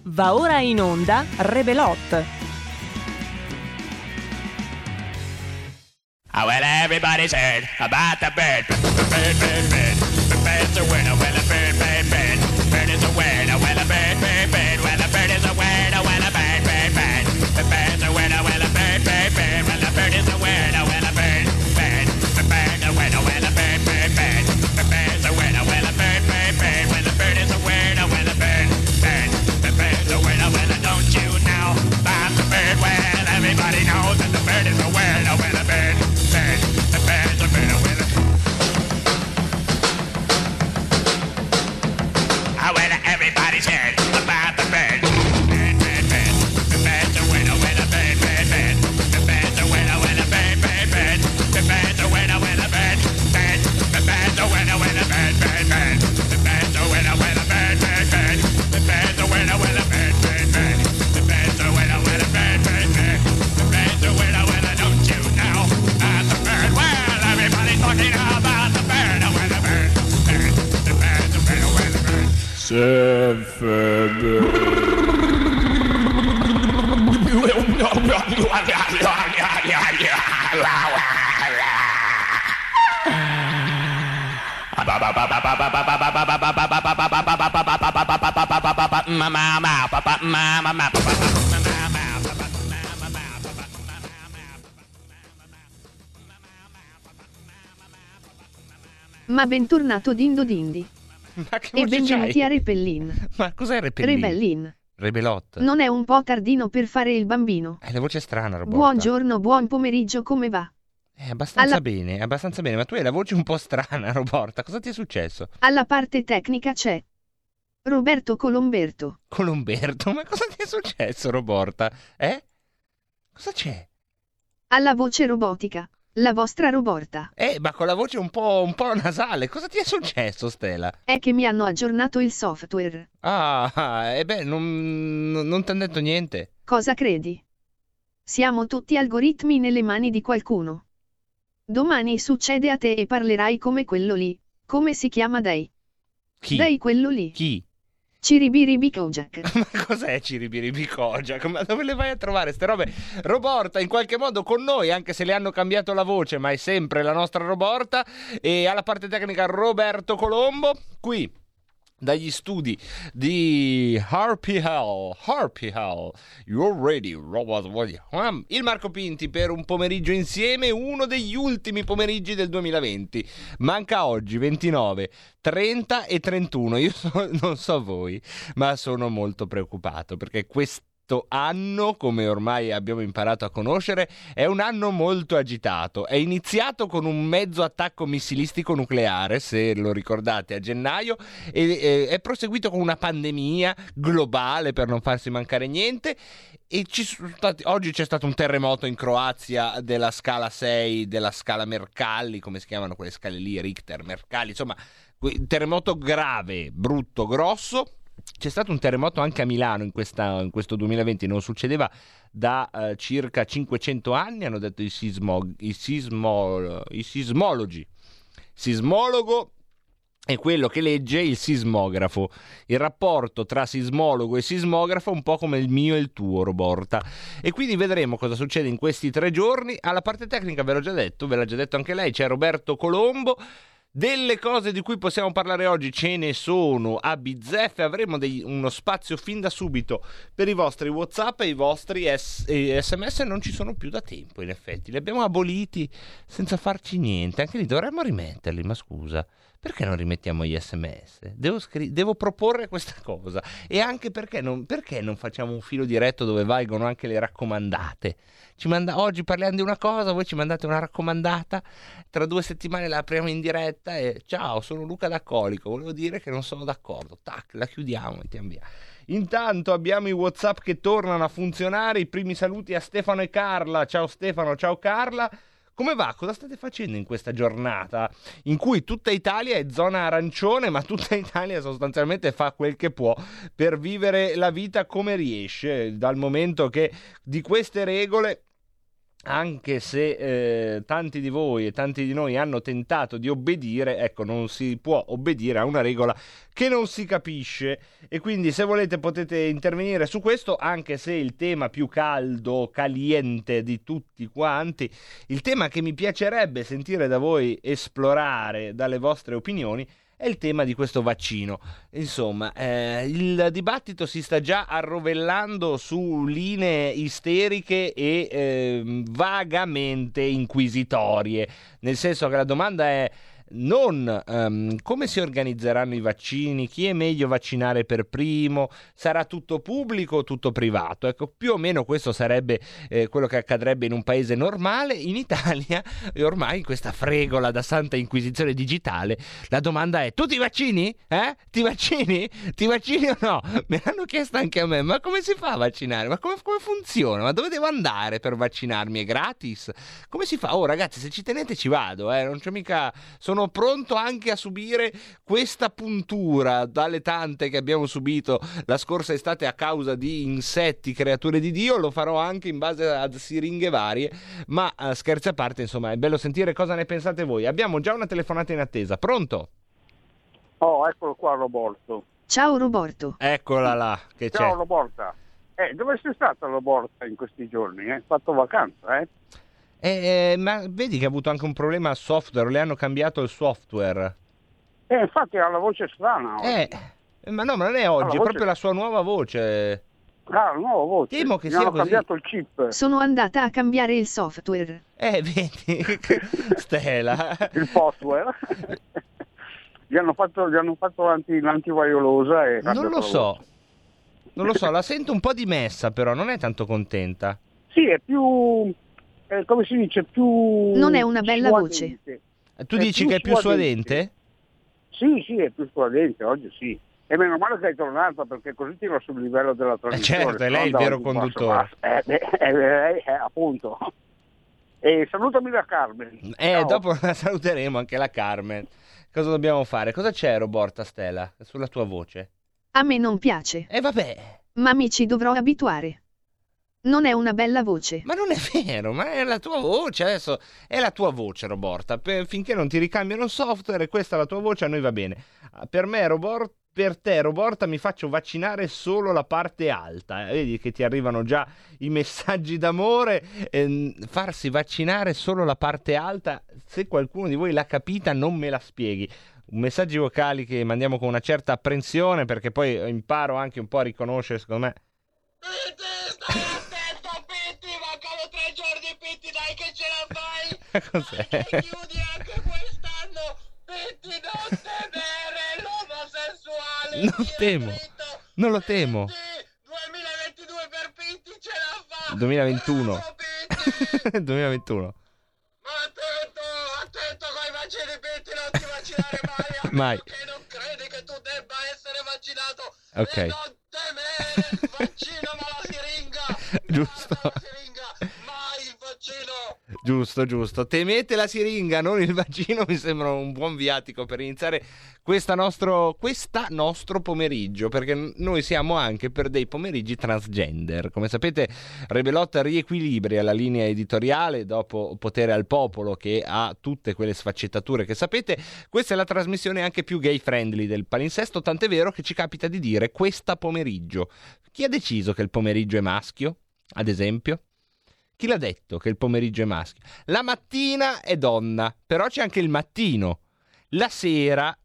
Va ora in onda Rebelot. Oh, well, everybody's heard about the bird. Bird, bird, bird. The bird's a word. Oh, well, a bird, bird, bird. Bird is a word. Oh, well, a bird, bird, bird. Well, a bird is a word. Oh, well, a bird, bird, bird. The bird's a word. Oh, well, a bird, bird, bird. Well, a bird is a word. Oh, well, a bird, bird. The bird's a word. Oh, well, a bird, bird, bird. The bird's a word. Oh, well, a bird, bird, bird. Well, the bird is a word. Oh, well, a bird, bird. The bird's a word. Oh, well, don't you know about the bird? Well, everybody knows that the bird is a word. Oh, well, a bird. The bird's a bird, with it. Oh, well, everybody's heard about the bird. Bird, bird, bird. The bird's a winner, with a bird, bird, bird. The bird's a winner, with a bird, bird, bird. The bird's a winner, with a bird, bird. The bird's a winner, with a bird, bird, bird. The bird's a winner, with a bird, bird, bird. The bird's a winner, with a bird, bird, bird. The bird's a winner, with a bird, bird, bird. The bird's a winner, with a don't you know about the bird? Well, everybody's talking about the bird, oh, well, the bird, bird, the bird's a bird, oh, well, the bird. Ma bentornato Dindo Dindi. Ma che E voce benvenuti c'hai? a Repellin. Ma cos'è Repellin? Rebellin. Rebelot. Non è un po' tardino per fare il bambino? La voce è strana, Roborta. Buongiorno, buon pomeriggio, come va? Abbastanza bene, abbastanza bene. Ma tu hai la voce un po' strana, Roborta. Cosa ti è successo? Alla parte tecnica c'è Roberto Colomberto. Colomberto? Ma cosa ti è successo, Roborta? Cosa c'è? Alla voce robotica, la vostra Roborta. Ma con la voce un po' nasale. Cosa ti è successo, Stella? È che mi hanno aggiornato il software. Non ti hanno detto niente. Cosa credi? Siamo tutti algoritmi nelle mani di qualcuno. Domani succede a te e parlerai come quello lì. Come si chiama Dei? Chi? Dei quello lì. Chi? Ciribiribi Kojak. Ma cos'è Ciribiribi Kojak? Ma dove le vai a trovare ste robe? Roborta in qualche modo con noi, anche se le hanno cambiato la voce, ma è sempre la nostra Roborta. E alla parte tecnica Roberto Colombo, qui dagli studi di Harpy Hall, you're ready, il Marco Pinti per un pomeriggio insieme, uno degli ultimi pomeriggi del 2020. Manca oggi 29, 30 e 31. Io non so voi, ma sono molto preoccupato perché questo anno, come ormai abbiamo imparato a conoscere, è un anno molto agitato. È iniziato con un mezzo attacco missilistico nucleare, se lo ricordate, a gennaio, e è proseguito con una pandemia globale per non farsi mancare niente. E oggi c'è stato un terremoto in Croazia della scala 6, della scala Mercalli, come si chiamano quelle scale lì, Richter, Mercalli, insomma, terremoto grave, brutto, grosso. C'è stato un terremoto anche a Milano in questo 2020, non succedeva da circa 500 anni, hanno detto i sismologi. Sismologo è quello che legge il sismografo. Il rapporto tra sismologo e sismografo è un po' come il mio e il tuo, Roborta. E quindi vedremo cosa succede in questi 3 giorni. Alla parte tecnica ve l'ha già detto anche lei, c'è Roberto Colombo. Delle cose di cui possiamo parlare oggi ce ne sono a bizzeffe, avremo uno spazio fin da subito per i vostri WhatsApp e i vostri SMS. Non ci sono più da tempo, in effetti, li abbiamo aboliti senza farci niente, anche lì dovremmo rimetterli, ma scusa, perché non rimettiamo gli SMS? Devo proporre questa cosa, e anche perché non facciamo un filo diretto dove valgono anche le raccomandate. Oggi parliamo di una cosa, voi ci mandate una raccomandata, tra 2 settimane la apriamo in diretta e ciao, sono Luca D'Accolico, volevo dire che non sono d'accordo, tac, la chiudiamo, mettiamo via. Intanto abbiamo i WhatsApp che tornano a funzionare, i primi saluti a Stefano e Carla. Ciao Stefano, ciao Carla. Come va? Cosa state facendo in questa giornata in cui tutta Italia è zona arancione, ma tutta Italia sostanzialmente fa quel che può per vivere la vita come riesce, dal momento che di queste regole anche se tanti di voi e tanti di noi hanno tentato di obbedire, ecco, non si può obbedire a una regola che non si capisce, e quindi se volete potete intervenire su questo, anche se il tema più caldo, caliente di tutti quanti, il tema che mi piacerebbe sentire da voi esplorare dalle vostre opinioni, è il tema di questo vaccino. Insomma, il dibattito si sta già arrovellando su linee isteriche e vagamente inquisitorie, nel senso che la domanda è non come si organizzeranno i vaccini, chi è meglio vaccinare per primo, sarà tutto pubblico o tutto privato. Ecco, più o meno questo sarebbe quello che accadrebbe in un paese normale. In Italia, ormai in questa fregola da santa inquisizione digitale, la domanda è: tu ti vaccini? Ti vaccini? Ti vaccini o no? Me l'hanno chiesto anche a me, ma come si fa a vaccinare? Ma come funziona? Ma dove devo andare per vaccinarmi? È gratis? Come si fa? Oh ragazzi, se ci tenete ci vado, non c'è mica... Sono pronto anche a subire questa puntura dalle tante che abbiamo subito la scorsa estate a causa di insetti, creature di Dio. Lo farò anche in base a siringhe varie, ma scherzi a parte, insomma, è bello sentire cosa ne pensate voi. Abbiamo già una telefonata in attesa. Pronto? Oh, eccolo qua Roborto. Ciao Roborto. Eccola là, che Ciao c'è? Roborta. Dove sei stata Roborta in questi giorni? Hai fatto vacanza, Ma vedi che ha avuto anche un problema al software, le hanno cambiato il software. Infatti ha la voce strana oggi. Ma no, ma non è oggi, è voce- proprio la sua nuova voce. Ah, la nuova voce. Temo che Mi sia hanno così. cambiato il chip. Sono andata a cambiare il software. Vedi, Stella. Il software. gli hanno fatto l'antivaiolosa e Non lo so. Non lo so, la sento un po' dimessa, però non è tanto contenta. Sì, è più come si dice, più Non è una bella voce. suadente. Tu È dici più che è più suadente. suadente? Sì, è più suadente, oggi sì. E meno male che è tornata, perché così tiro sul livello della trasmissione. Certo, è se no lei il andavo vero di basso conduttore. basso. Appunto. E salutami la Carmen. Ciao. Dopo la saluteremo anche la Carmen. Cosa dobbiamo fare? Cosa c'è, Roborta, Stella, sulla tua voce? A me non piace, Vabbè, ma mi ci dovrò abituare. Non è una bella voce. ma non è vero, ma è la tua voce adesso, è la tua voce, Roborta. Finché non ti ricambiano il software e questa è la tua voce, a noi va bene. Per me, per te, Roborta, mi faccio vaccinare solo la parte alta. Vedi che ti arrivano già i messaggi d'amore. Farsi vaccinare solo la parte alta, se qualcuno di voi l'ha capita, non me la spieghi. Messaggi vocali che mandiamo con una certa apprensione, perché poi imparo anche un po' a riconoscere, secondo me. Stai attento, Pitti, mancano 3 giorni, Pitti, dai che ce la fai! Cos'è? Dai che chiudi anche quest'anno! Pitti, non temere l'omosessuale! Non tira temo. dritto. Non lo temo. Pitti, 2022 per Pitti ce la fa! 2021. Bravo, Pitti! 2021. Ma attento con i vaccini, Pitti, non ti vaccinare mai! a Mai. meno che non credi che tu debba essere vaccinato! Ok. E non temere il vaccino, ma la siringa! Giusto. Guarda la siringa, mai il vaccino! Giusto. Temete la siringa, non il vaccino, mi sembra un buon viatico per iniziare questa nostro pomeriggio, perché noi siamo anche per dei pomeriggi transgender. Come sapete, Rebelot riequilibria la linea editoriale dopo Potere al Popolo, che ha tutte quelle sfaccettature che sapete. Questa è la trasmissione anche più gay friendly del palinsesto, tant'è vero che ci capita di dire questa pomeriggio. Chi ha deciso che il pomeriggio è maschio, ad esempio? Chi l'ha detto che il pomeriggio è maschio? La mattina è donna, però c'è anche il mattino. La sera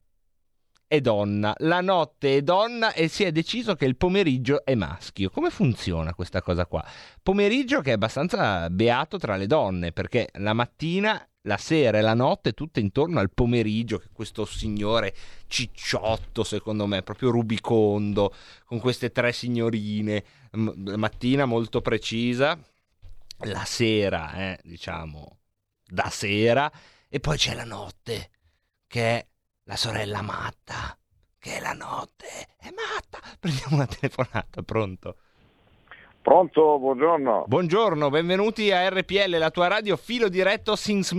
è donna, la notte è donna e si è deciso che il pomeriggio è maschio. Come funziona questa cosa qua? Pomeriggio che è abbastanza beato tra le donne, perché la mattina, la sera e la notte tutte intorno al pomeriggio, che questo signore cicciotto, secondo me, proprio rubicondo, con queste 3 signorine, la mattina molto precisa, la sera, diciamo, da sera, e poi c'è la notte, che è la sorella matta, che la notte è matta. Prendiamo una telefonata, pronto? Pronto, buongiorno. Buongiorno, benvenuti a RPL, la tua radio filo diretto since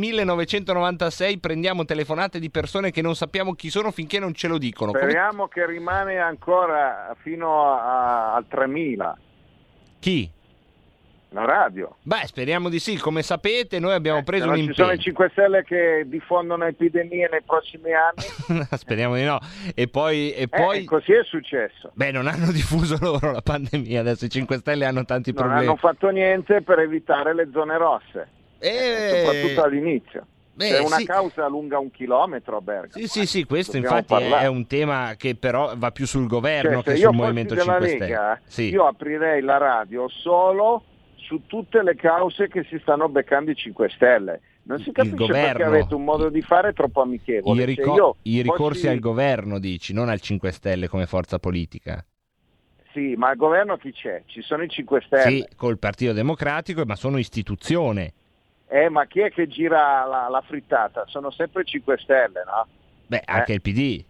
1996. Prendiamo telefonate di persone che non sappiamo chi sono finché non ce lo dicono. Speriamo che rimane ancora fino al 3000. Chi? La radio. Beh, speriamo di sì. Come sapete, noi abbiamo preso un impegno. Ci sono i 5 Stelle che diffondono epidemie nei prossimi anni? Speriamo di no. E poi così è successo. Beh, non hanno diffuso loro la pandemia. Adesso i 5 Stelle hanno tanti problemi. Non hanno fatto niente per evitare le zone rosse. Soprattutto all'inizio. C'è una causa lunga 1 chilometro a Bergamo. Sì, questo infatti è un tema che però va più sul governo che se sul Movimento 5 Lega, Stelle. Io aprirei la radio solo su tutte le cause che si stanno beccando i 5 Stelle. Non si capisce perché avete un modo di fare troppo amichevole. I ricorsi al governo, dici, non al 5 Stelle come forza politica. Sì, ma al governo chi c'è? Ci sono i 5 Stelle. Sì, col Partito Democratico, ma sono istituzione. Ma chi è che gira la frittata? Sono sempre 5 Stelle, no? Beh, anche il PD.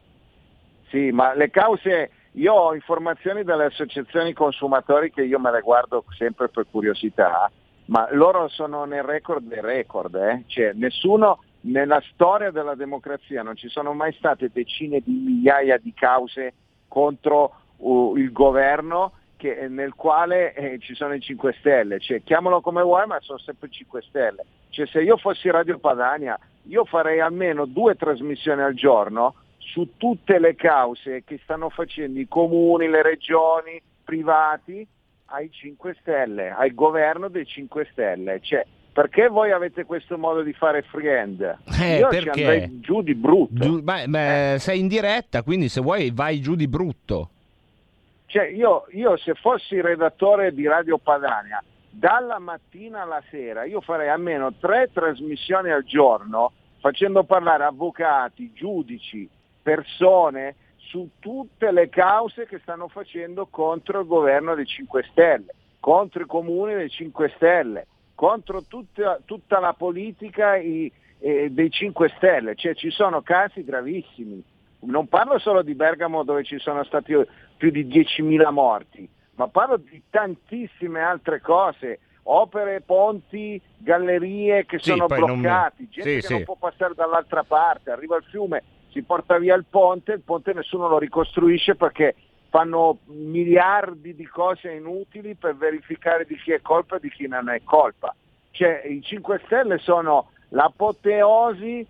Sì, ma le cause... Io ho informazioni dalle associazioni consumatori che io me le guardo sempre per curiosità, ma loro sono nel record dei record. Cioè, nessuno nella storia della democrazia, non ci sono mai state decine di migliaia di cause contro il governo nel quale ci sono i 5 Stelle, cioè chiamalo come vuoi ma sono sempre 5 Stelle. Cioè, se io fossi Radio Padania io farei almeno 2 trasmissioni al giorno su tutte le cause che stanno facendo i comuni, le regioni, privati ai 5 Stelle, al governo dei 5 Stelle. Cioè, perché voi avete questo modo di fare friend? Io perché? Ci andrei giù di brutto. Sei in diretta, quindi se vuoi vai giù di brutto. Cioè io se fossi redattore di Radio Padania, dalla mattina alla sera, io farei almeno 3 trasmissioni al giorno facendo parlare avvocati, giudici, persone su tutte le cause che stanno facendo contro il governo dei 5 Stelle, contro i comuni dei 5 Stelle, contro tutta la politica dei 5 Stelle. Cioè ci sono casi gravissimi. Non parlo solo di Bergamo dove ci sono stati più di 10.000 morti, ma parlo di tantissime altre cose, opere, ponti, gallerie che sono bloccati, gente che non può passare dall'altra parte, arriva il fiume, si porta via il ponte nessuno lo ricostruisce perché fanno miliardi di cose inutili per verificare di chi è colpa e di chi non è colpa. Cioè i 5 Stelle sono l'apoteosi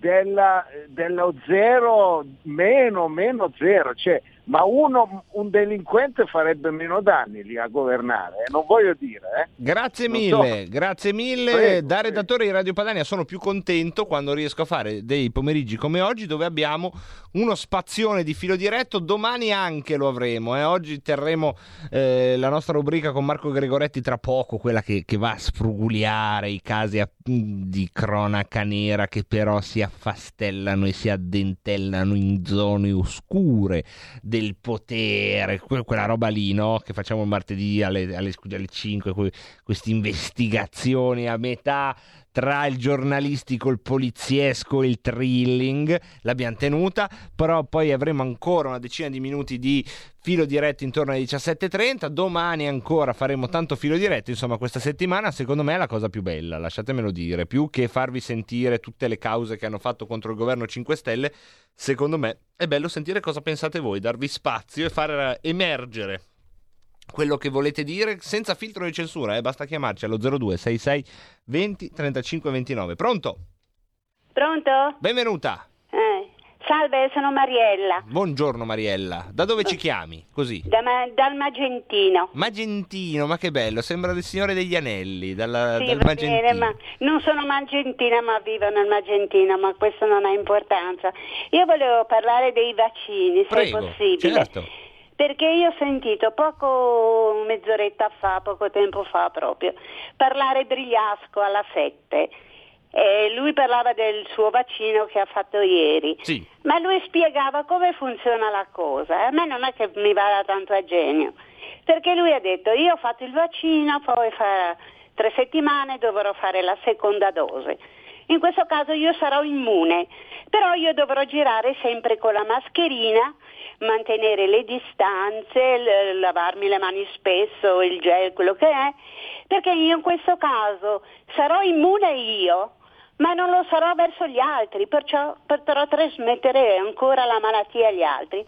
dello zero, meno zero, cioè, ma un delinquente farebbe meno danni lì a governare, non voglio dire. Grazie mille. Prego, da redattore di Radio Padania sono più contento quando riesco a fare dei pomeriggi come oggi dove abbiamo uno spazione di filo diretto. Domani anche lo avremo, oggi terremo la nostra rubrica con Marco Gregoretti tra poco, quella che va a sfrugugliare i casi di cronaca nera che però si affastellano e si addentellano in zone oscure del potere, quella roba lì, no? Che facciamo il martedì alle 5, queste investigazioni a metà tra il giornalistico, il poliziesco e il thrilling. L'abbiamo tenuta, però poi avremo ancora una decina di minuti di filo diretto intorno alle 17.30. Domani ancora faremo tanto filo diretto. Insomma, questa settimana secondo me è la cosa più bella, lasciatemelo dire, più che farvi sentire tutte le cause che hanno fatto contro il governo 5 Stelle. Secondo me è bello sentire cosa pensate voi, darvi spazio e far emergere quello che volete dire senza filtro di censura, basta chiamarci allo 02 66 20 35 29. Pronto? Benvenuta. Salve, sono Mariella. Buongiorno Mariella, da dove ci chiami? Così? Dal Magentino. Magentino, ma che bello, sembra del Signore degli Anelli, dal Magentino. Bene, ma non sono magentina ma vivo nel Magentino, ma questo non ha importanza. Io volevo parlare dei vaccini, se è possibile. Certo. Perché io ho sentito mezz'oretta fa, poco tempo fa proprio, parlare Brigliasco alla 7. Lui parlava del suo vaccino che ha fatto ieri, sì. Ma lui spiegava come funziona la cosa. A me non è che mi vada tanto a genio, perché lui ha detto: io ho fatto il vaccino, poi fra 3 settimane dovrò fare la seconda dose. In questo caso io sarò immune, però io dovrò girare sempre con la mascherina, mantenere le distanze, lavarmi le mani spesso, il gel, quello che è, perché io in questo caso sarò immune io, ma non lo sarò verso gli altri, perciò potrò trasmettere ancora la malattia agli altri.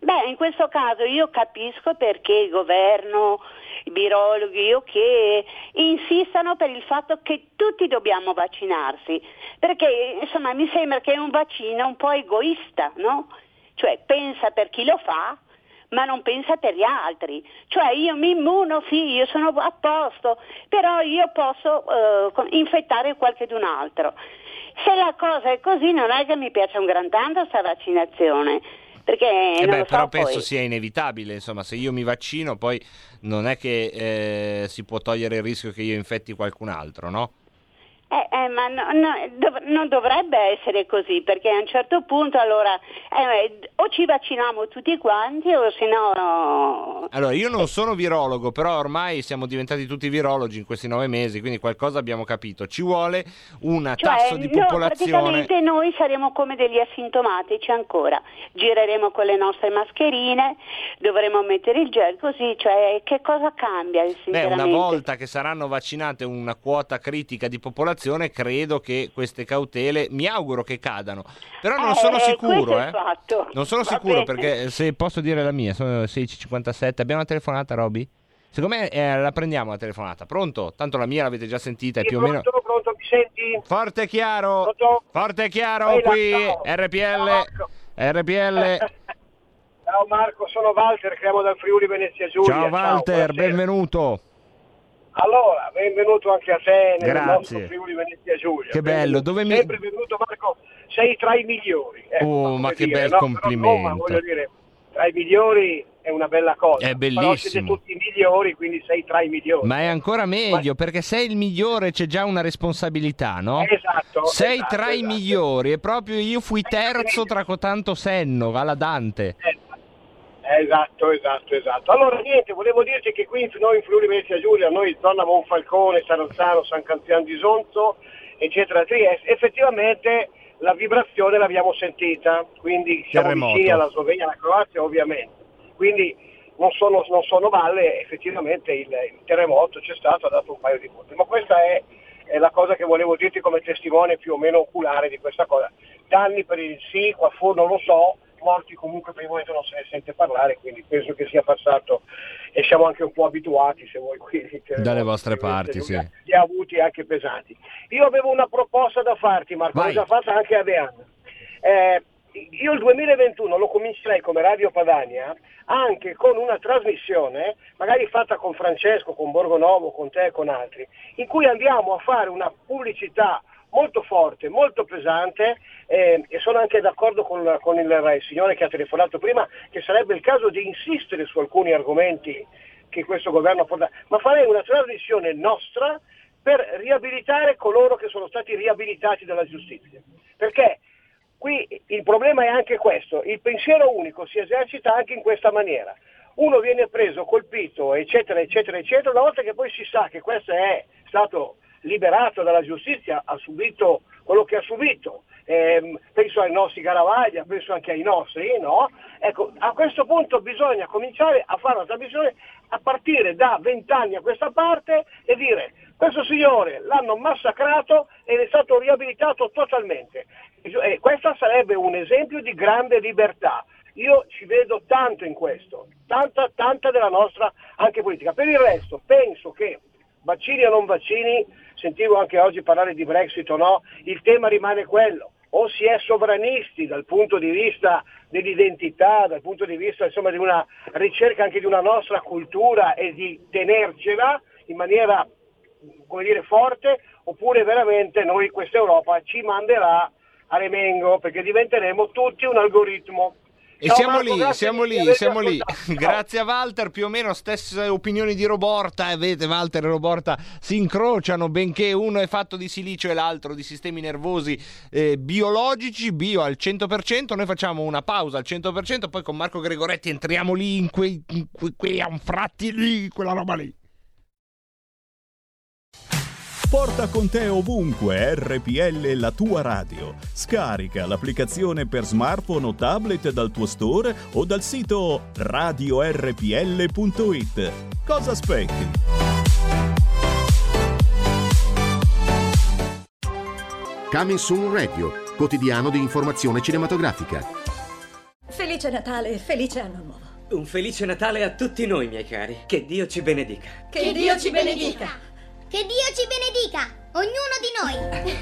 Beh, in questo caso io capisco perché il governo, i virologhi o che insistano per il fatto che tutti dobbiamo vaccinarsi, perché insomma mi sembra che è un vaccino un po' egoista, no? Cioè pensa per chi lo fa, ma non pensa per gli altri. Cioè io mi immuno, sì, io sono a posto, però io posso infettare qualcun altro. Se la cosa è così, non è che mi piace un gran tanto sta vaccinazione. Perché non lo so, però penso poi sia inevitabile, insomma, se io mi vaccino poi non è che si può togliere il rischio che io infetti qualcun altro, no? Ma non dovrebbe essere così, perché a un certo punto allora o ci vacciniamo tutti quanti o se no... Allora, io non sono virologo, però ormai siamo diventati tutti virologi in questi 9 mesi, quindi qualcosa abbiamo capito. Ci vuole un tasso di popolazione... Praticamente noi saremo come degli asintomatici ancora. Gireremo con le nostre mascherine, dovremo mettere il gel, così, cioè che cosa cambia sinceramente? Una volta che saranno vaccinate una quota critica di popolazione, credo che queste cautele, mi auguro che cadano, però non sono sicuro, non sono sicuro, perché se posso dire la mia, sono 16:57, abbiamo una telefonata, Roby? Secondo me la prendiamo la telefonata. Pronto? Tanto la mia l'avete già sentita, sì, più o meno. Pronto, mi senti? Forte e chiaro. Pronto? Forte e chiaro, qui RPL. Ciao Marco, sono Walter, chiamo dal Friuli Venezia Giulia. Ciao Walter, benvenuto. Allora, benvenuto anche a te nel Grazie. nostro Friuli Venezia Giulia. Che bello, sempre benvenuto Marco, sei tra i migliori. Ma che bel complimento. Ma voglio dire, tra i migliori è una bella cosa. È bellissimo. Però siete tutti i migliori, quindi sei tra i migliori. Ma è ancora meglio, perché sei il migliore c'è già una responsabilità, no? Esatto. Sei tra i migliori, e proprio io fui terzo tra cotanto senno, alla Dante. Esatto. Allora niente, volevo dirti che qui noi in Friuli Venezia Giulia, noi zona Monfalcone, Saranzano, San Canzian di Sonzo, eccetera, Trieste, effettivamente la vibrazione l'abbiamo sentita, quindi siamo vicini alla Slovenia, alla Croazia ovviamente, quindi non sono valle, effettivamente il terremoto c'è stato, ha dato un paio di colpi, ma questa è la cosa che volevo dirti come testimone più o meno oculare di questa cosa. Danni per il sì, qua fuori non lo so, morti comunque per il momento non se ne sente parlare, quindi penso che sia passato e siamo anche un po' abituati, se vuoi, qui dalle vostre parti, sì. Li ha avuti anche pesanti. Io avevo una proposta da farti, Marco, l'ho già fatta anche a Dean. Io il 2021 lo comincerei come Radio Padania anche con una trasmissione, magari fatta con Francesco, con Borgonovo, con te e con altri, in cui andiamo a fare una pubblicità molto forte, molto pesante, e sono anche d'accordo con il signore che ha telefonato prima, che sarebbe il caso di insistere su alcuni argomenti che questo governo ha portato, ma farei una trasmissione nostra per riabilitare coloro che sono stati riabilitati dalla giustizia, perché qui il problema è anche questo, il pensiero unico si esercita anche in questa maniera. Uno viene preso, colpito, eccetera, eccetera, eccetera, una volta che poi si sa che questo è stato liberato dalla giustizia, ha subito quello che ha subito, penso ai nostri Garavaglia, penso anche ai nostri, no? Ecco, a questo punto bisogna cominciare a fare una trasmissione a partire da 20 anni a questa parte e dire: questo signore l'hanno massacrato ed è stato riabilitato totalmente. E questo sarebbe un esempio di grande libertà. Io ci vedo tanto in questo, tanta della nostra anche politica. Per il resto penso che vaccini o non vaccini, sentivo anche oggi parlare di Brexit o no, il tema rimane quello: o si è sovranisti dal punto di vista dell'identità, dal punto di vista insomma di una ricerca anche di una nostra cultura e di tenercela in maniera, come dire, forte, oppure veramente noi, questa Europa ci manderà a remengo, perché diventeremo tutti un algoritmo. E ciao, siamo Marco, lì. Grazie a Walter, più o meno stesse opinioni di Roborta, e vedete, Walter e Roborta si incrociano, benché uno è fatto di silicio e l'altro di sistemi nervosi biologici, bio al 100%. Noi facciamo una pausa al 100%, poi con Marco Gregoretti entriamo lì in quei anfratti lì, quella roba lì. Porta con te ovunque RPL, la tua radio. Scarica l'applicazione per smartphone o tablet dal tuo store o dal sito radiorpl.it. Cosa aspetti? Coming Soon Radio, quotidiano di informazione cinematografica. Felice Natale e felice anno nuovo. Un felice Natale a tutti noi, miei cari. Che Dio ci benedica. Che Dio ci benedica. Che Dio ci benedica, ognuno di noi.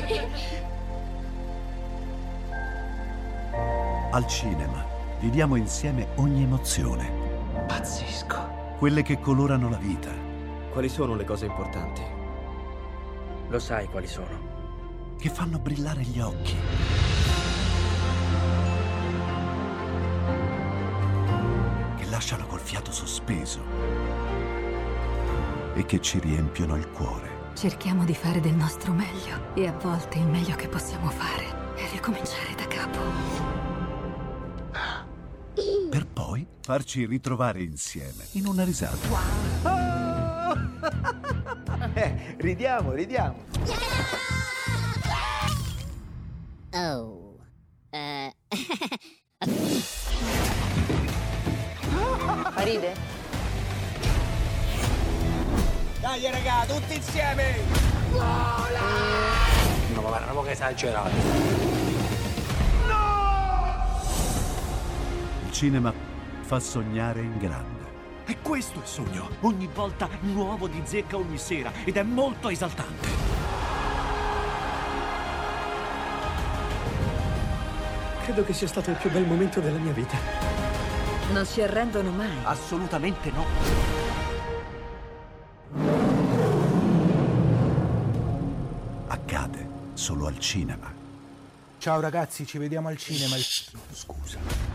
Al cinema viviamo insieme ogni emozione. Pazzesco. Quelle che colorano la vita. Quali sono le cose importanti? Lo sai quali sono. Che fanno brillare gli occhi. Che lasciano col fiato sospeso. E che ci riempiono il cuore. Cerchiamo di fare del nostro meglio. E a volte il meglio che possiamo fare è ricominciare da capo. Per poi farci ritrovare insieme in una risata. Ridiamo. Oh. Ride? Dai raga, tutti insieme! Vola! No, ma guarda, che esagerato. Il cinema fa sognare in grande. E questo è il sogno. Ogni volta nuovo di zecca ogni sera. Ed è molto esaltante. Credo che sia stato il più bel momento della mia vita. Non si arrendono mai. Assolutamente no. Accade solo al cinema. Ciao ragazzi, ci vediamo al cinema. Scusa.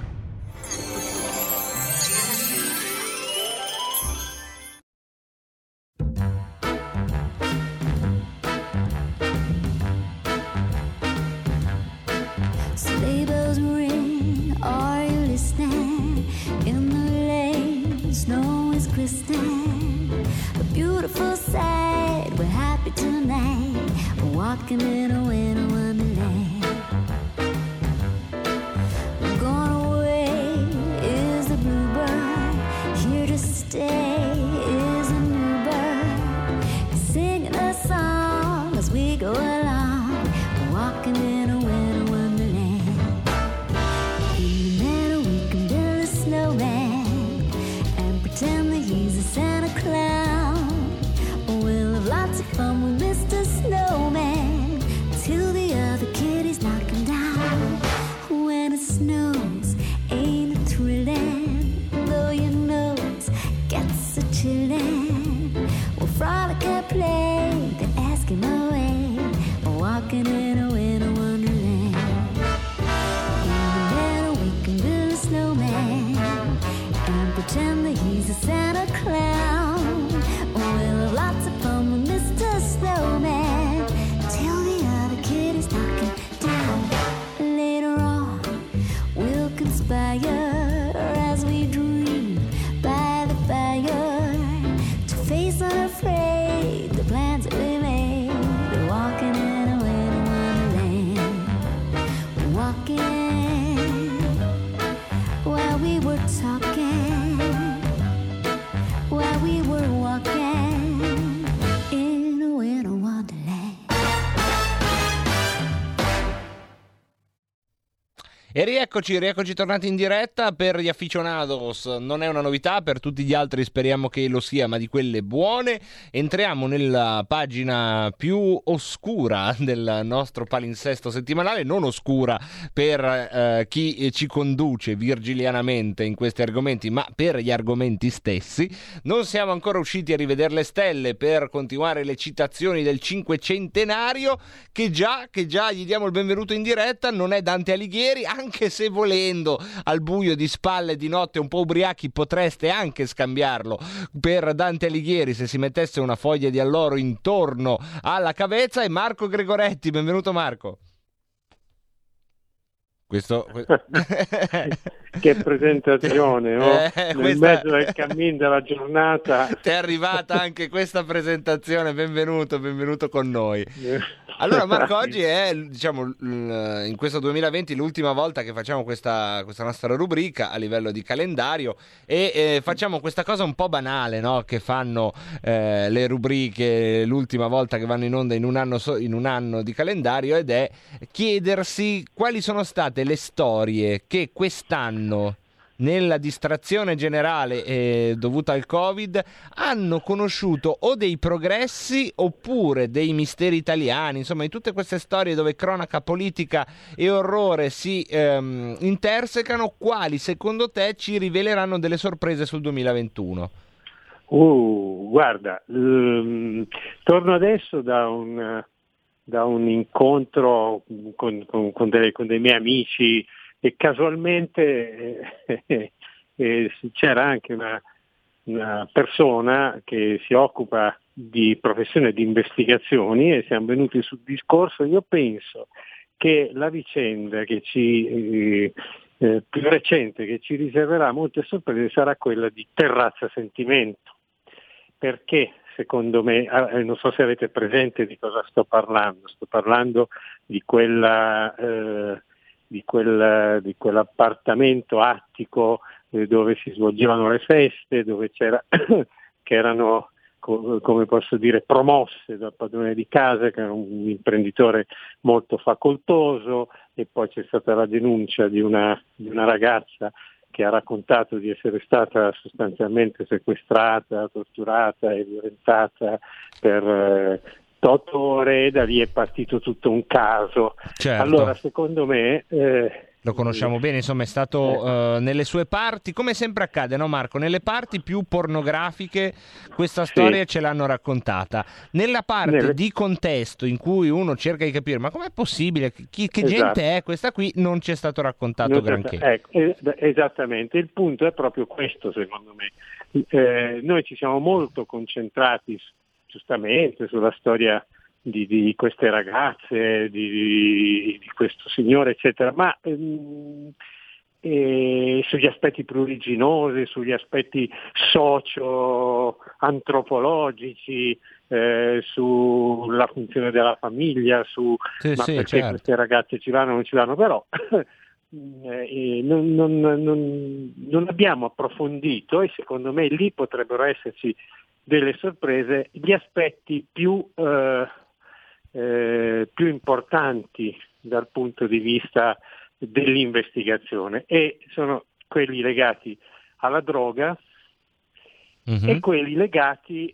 Sleigh bells ring, are you listening? In the lane, snow is glistening. A beautiful sight, we're happy tonight. We're walking in a winter wonderland. Gone away is the bluebird. Here to stay is a new bird. He's singing a song as we go along. We're walking in a winter wonderland. In the meadow we can build a snowman and pretend that he's a Santa Claus. We'll have lots of fun with Mr. Snowman till the other kitties knock him down. When it snows, ain't it thrilling? Though your nose gets a chillin', we'll frolic and play the Eskimo way. We're walking in a winter wonderland. In the meadow we can build a snowman and pretend that he's a Santa Clown. We'll have lots of fun with Mr. Snowman till the other kitties knock him down. Later on, we'll conspire as we dream by the fire to face unafraid the plans that we made. We're walking in a winter wonderland. We're walking while we were talking, while we were walking in a winter wonderland. E rieccoci tornati in diretta. Per gli aficionados non è una novità, per tutti gli altri speriamo che lo sia, ma di quelle buone. Entriamo nella pagina più oscura del nostro palinsesto settimanale, non oscura per chi ci conduce virgilianamente in questi argomenti, ma per gli argomenti stessi. Non siamo ancora usciti a rivedere le stelle per continuare le citazioni del cinquecentenario, che già gli diamo il benvenuto in diretta. Non è Dante Alighieri, anche se volendo al buio di spalle di notte un po' ubriachi potreste anche scambiarlo per Dante Alighieri se si mettesse una foglia di alloro intorno alla cavezza. E Marco Gregoretti, benvenuto Marco. Che presentazione, oh? Nel mezzo del cammin della giornata ti è arrivata anche questa presentazione. Benvenuto con noi. Allora Marco, oggi è, diciamo, in questo 2020 l'ultima volta che facciamo questa nostra rubrica a livello di calendario, e facciamo questa cosa un po' banale, no? Che fanno le rubriche l'ultima volta che vanno in onda in un anno di calendario, ed è chiedersi quali sono state le storie che quest'anno nella distrazione generale dovuta al Covid, hanno conosciuto o dei progressi oppure dei misteri italiani, insomma, in tutte queste storie dove cronaca politica e orrore si intersecano, quali secondo te ci riveleranno delle sorprese sul 2021? Guarda, torno adesso da un incontro con dei miei amici e casualmente c'era anche una persona che si occupa di professione di investigazioni e siamo venuti sul discorso. Io penso che la vicenda che più recente che ci riserverà molte sorprese sarà quella di Terrazza Sentimento, perché secondo me, non so se avete presente di cosa sto parlando di quell'appartamento attico dove si svolgevano le feste, dove che erano, come posso dire, promosse dal padrone di casa, che era un imprenditore molto facoltoso, e poi c'è stata la denuncia di una ragazza che ha raccontato di essere stata sostanzialmente sequestrata, torturata e violentata per 8 ore, e da lì è partito tutto un caso. Certo. Allora, secondo me... lo conosciamo bene, insomma, è stato nelle sue parti, come sempre accade, no Marco? Nelle parti più pornografiche questa storia ce l'hanno raccontata. Nella parte di contesto in cui uno cerca di capire ma com'è possibile, che gente è questa qui, non ci è stato raccontato granché. Esattamente, il punto è proprio questo, secondo me. Noi ci siamo molto concentrati giustamente sulla storia di queste ragazze, di questo signore, eccetera, ma sugli aspetti pruriginosi, sugli aspetti socio-antropologici, sulla funzione della famiglia, perché certo. Queste ragazze ci vanno o non ci vanno, però non abbiamo approfondito, e secondo me lì potrebbero esserci delle sorprese, gli aspetti più importanti dal punto di vista dell'investigazione, e sono quelli legati alla droga e quelli legati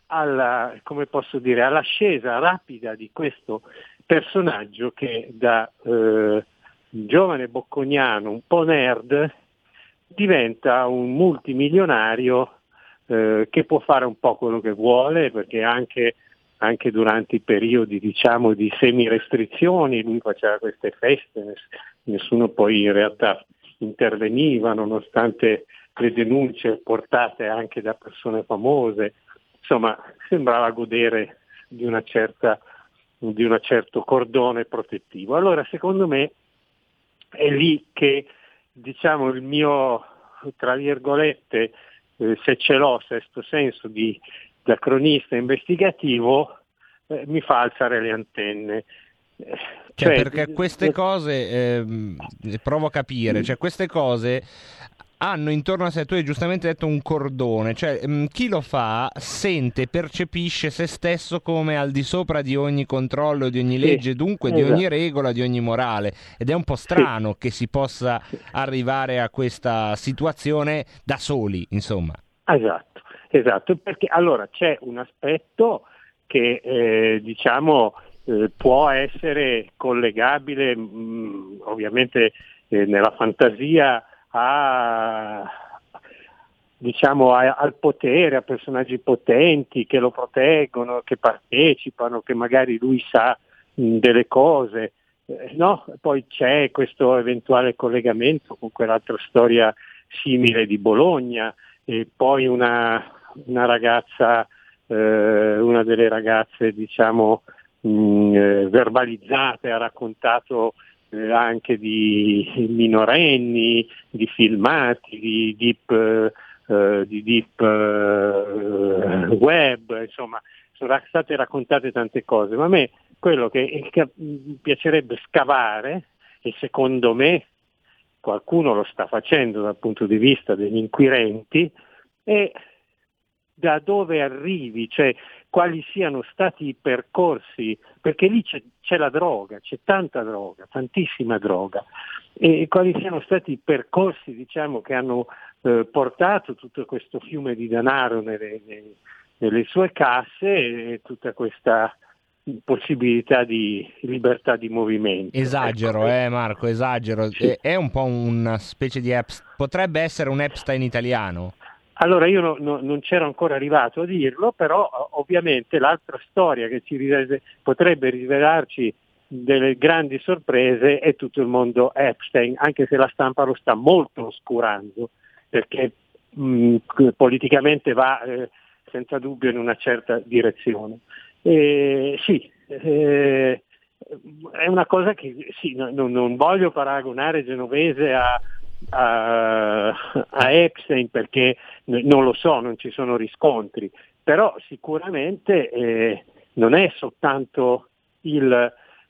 all'ascesa rapida di questo personaggio che da giovane bocconiano un po' nerd diventa un multimilionario che può fare un po' quello che vuole, perché anche durante i periodi, diciamo, di semi-restrizioni lui faceva queste feste, nessuno poi in realtà interveniva, nonostante le denunce portate anche da persone famose. Insomma, sembrava godere di un certo cordone protettivo. Allora, secondo me è lì che, diciamo, il mio, tra virgolette, se ce l'ho, sesto senso da cronista investigativo, mi fa alzare le antenne. Perché queste cose, provo a capire, cioè queste cose hanno intorno a sé, tu hai giustamente detto, un cordone, cioè chi lo fa sente, percepisce se stesso come al di sopra di ogni controllo, di ogni legge, dunque di ogni regola, di ogni morale, ed è un po' strano che si possa arrivare a questa situazione da soli, insomma. Esatto, perché allora c'è un aspetto che può essere collegabile ovviamente nella fantasia al potere, a personaggi potenti che lo proteggono, che partecipano, che magari lui sa delle cose, no? Poi c'è questo eventuale collegamento con quell'altra storia simile di Bologna, e poi una ragazza, una delle ragazze, diciamo, verbalizzate, ha raccontato anche di minorenni, di filmati, di deep web, insomma, sono state raccontate tante cose, ma a me quello che piacerebbe scavare, e secondo me qualcuno lo sta facendo dal punto di vista degli inquirenti, è da dove arrivi, cioè quali siano stati i percorsi, perché lì c'è la droga, c'è tanta droga, tantissima droga, e quali siano stati i percorsi, diciamo, che hanno portato tutto questo fiume di denaro nelle sue casse e tutta questa possibilità di libertà di movimento. Esagero, Marco, esagero. Sì. È un po' una specie di potrebbe essere un Epstein italiano. Allora io non c'ero ancora arrivato a dirlo, però ovviamente l'altra storia che potrebbe rivelarci delle grandi sorprese è tutto il mondo Epstein, anche se la stampa lo sta molto oscurando, perché politicamente va senza dubbio in una certa direzione. Sì, è una cosa che sì, non voglio paragonare Genovese a Epstein, perché non lo so, non ci sono riscontri, però sicuramente non è soltanto il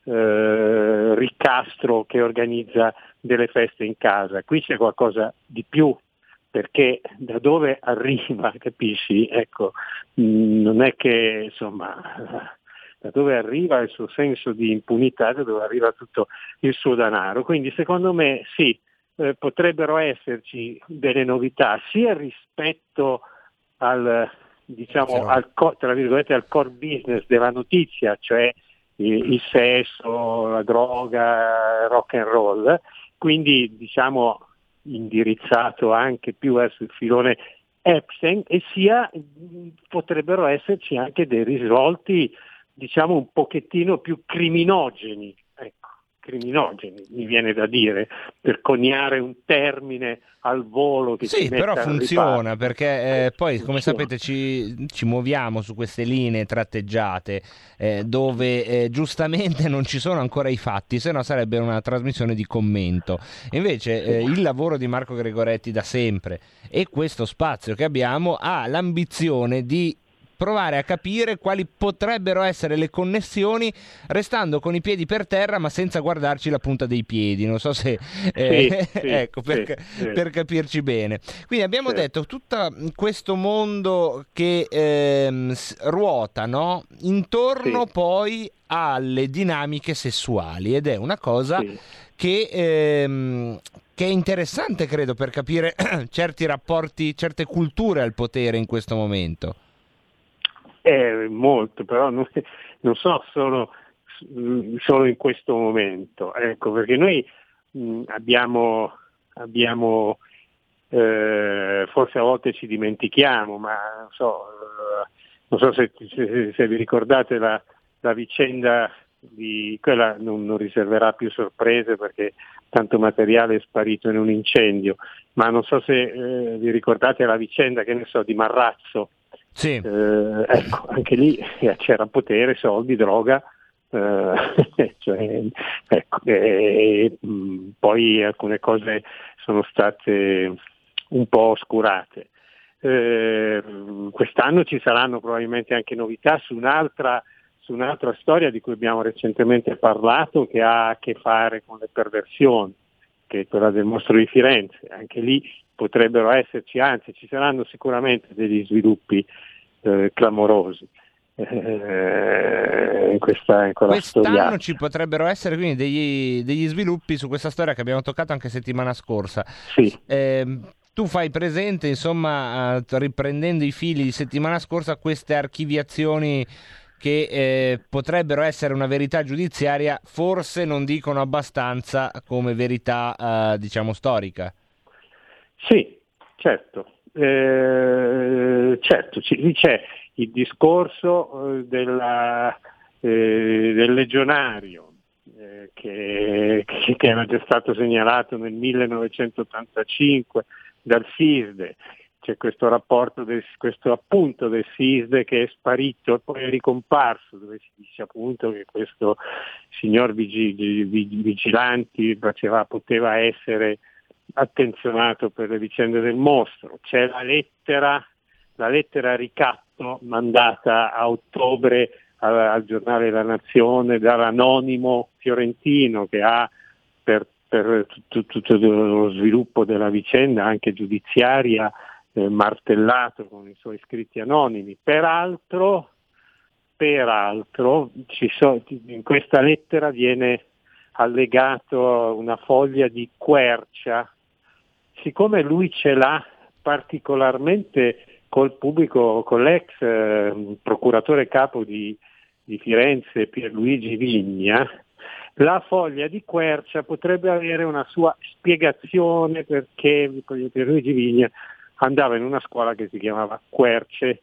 ricastro che organizza delle feste in casa, qui c'è qualcosa di più, perché da dove arriva, capisci? Ecco, non è che insomma da dove arriva il suo senso di impunità, da dove arriva tutto il suo denaro. Quindi secondo me sì, potrebbero esserci delle novità sia rispetto al, diciamo, tra virgolette, al core business della notizia, cioè il sesso, la droga, rock and roll, quindi diciamo indirizzato anche più verso il filone Epstein, e sia potrebbero esserci anche dei risvolti, diciamo, un pochettino più criminogeni, ecco, criminogeni mi viene da dire, per coniare un termine al volo che sì, si però metta al funziona riparto. perché poi, come sapete, ci muoviamo su queste linee tratteggiate dove giustamente non ci sono ancora i fatti, se no sarebbe una trasmissione di commento. Invece il lavoro di Marco Gregoretti da sempre e questo spazio che abbiamo ha l'ambizione di provare a capire quali potrebbero essere le connessioni, restando con i piedi per terra ma senza guardarci la punta dei piedi, non so se ecco, per capirci bene. Quindi abbiamo detto tutto questo mondo che ruota, no? Intorno poi alle dinamiche sessuali, ed è una cosa che è interessante, credo, per capire certi rapporti, certe culture al potere in questo momento. Molto, però non so solo in questo momento, ecco, perché noi abbiamo forse a volte ci dimentichiamo, ma non so se vi ricordate la vicenda di quella, non riserverà più sorprese perché tanto materiale è sparito in un incendio, ma non so se vi ricordate la vicenda, che ne so, di Marrazzo. Sì. Ecco, anche lì c'era potere, soldi, droga, cioè, ecco, poi alcune cose sono state un po' oscurate. Quest'anno ci saranno probabilmente anche novità su un'altra storia di cui abbiamo recentemente parlato, che ha a che fare con le perversioni, che è quella del mostro di Firenze. Anche lì potrebbero esserci, anzi ci saranno sicuramente degli sviluppi clamorosi in quella quest'anno storia. ci potrebbero essere quindi degli sviluppi su questa storia che abbiamo toccato anche settimana scorsa. Sì. Tu fai presente, insomma, riprendendo i fili di settimana scorsa, queste archiviazioni che potrebbero essere una verità giudiziaria, forse non dicono abbastanza come verità diciamo storica. Sì, certo. Certo, lì c'è il discorso del legionario che era già stato segnalato nel 1985 dal SISDE. C'è questo rapporto, questo appunto del SISDE che è sparito e poi è ricomparso, dove si dice appunto che questo signor Vigilanti poteva essere attenzionato per le vicende del mostro. C'è la lettera ricatto mandata a ottobre al giornale La Nazione dall'anonimo fiorentino che ha per tutto lo sviluppo della vicenda anche giudiziaria martellato con i suoi scritti anonimi. Peraltro in questa lettera viene allegato una foglia di quercia. Siccome lui ce l'ha particolarmente col pubblico, con l'ex procuratore capo di Firenze Pierluigi Vigna, la foglia di quercia potrebbe avere una sua spiegazione, perché Pierluigi Vigna andava in una scuola che si chiamava Querce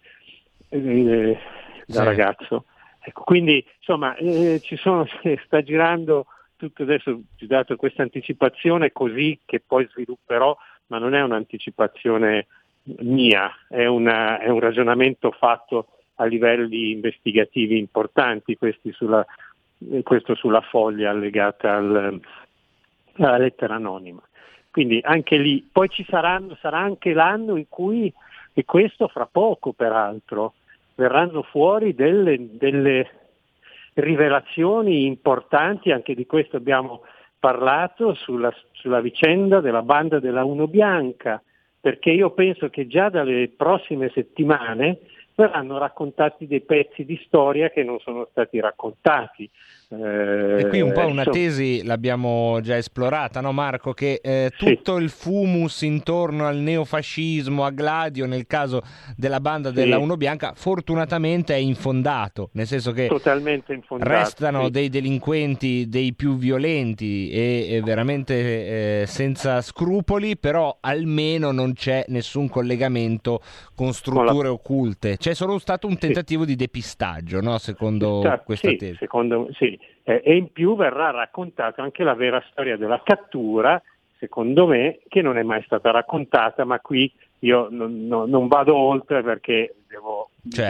da ragazzo. Ecco, quindi insomma sta girando tutto. Adesso ti ho dato questa anticipazione così, che poi svilupperò, ma non è un'anticipazione mia, è un ragionamento fatto a livelli investigativi importanti, questo sulla foglia allegata alla lettera anonima. Quindi anche lì, poi sarà anche l'anno in cui, e questo fra poco peraltro, verranno fuori delle rivelazioni importanti, anche di questo abbiamo parlato, sulla vicenda della banda della Uno Bianca, perché io penso che già dalle prossime settimane verranno raccontati dei pezzi di storia che non sono stati raccontati. E qui un po' una tesi l'abbiamo già esplorata, no Marco? Che tutto il fumus intorno al neofascismo, a Gladio, nel caso della banda della Uno Bianca, fortunatamente è infondato, nel senso che totalmente infondato, restano dei delinquenti, dei più violenti e veramente senza scrupoli, però almeno non c'è nessun collegamento con strutture occulte. C'è solo stato un tentativo di depistaggio, no? Secondo questa tesi. E in più verrà raccontata anche la vera storia della cattura, secondo me, che non è mai stata raccontata, ma qui io non vado oltre perché devo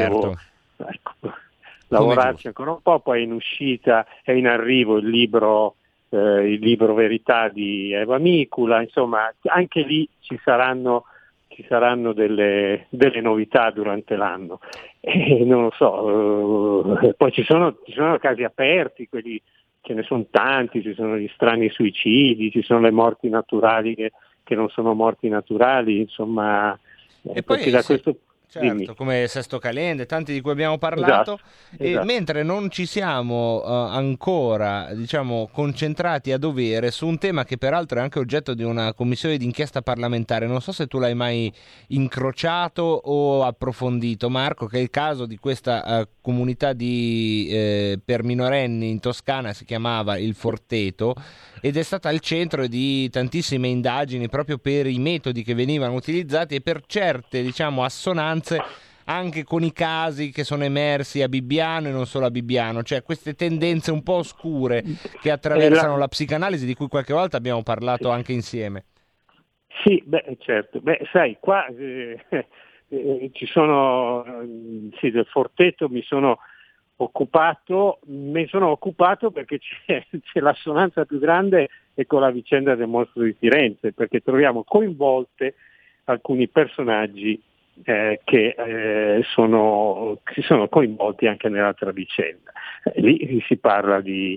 lavorarci ancora un po'. Poi in uscita è in arrivo il libro Verità di Eva Micula, insomma anche lì ci saranno delle novità durante l'anno, e non lo so, poi ci sono casi aperti, quelli ce ne sono tanti, ci sono gli strani suicidi, ci sono le morti naturali che non sono morti naturali, insomma, e poi da questo certo, come Sesto Calende, tanti di cui abbiamo parlato, esatto. Mentre non ci siamo ancora, concentrati a dovere su un tema che peraltro è anche oggetto di una commissione d'inchiesta parlamentare. Non so se tu l'hai mai incrociato o approfondito, Marco, che è il caso di questa comunità per minorenni in Toscana, si chiamava Il Forteto, ed è stata al centro di tantissime indagini proprio per i metodi che venivano utilizzati e per certe, assonanze anche con i casi che sono emersi a Bibbiano e non solo a Bibbiano, cioè queste tendenze un po' oscure che attraversano la psicanalisi, di cui qualche volta abbiamo parlato anche insieme. Sì, certo. Sai, qua ci sono, del Forteto mi sono occupato perché c'è l'assonanza più grande è con la vicenda del mostro di Firenze, perché troviamo coinvolte alcuni personaggi che sono coinvolti anche nell'altra vicenda. Lì si parla di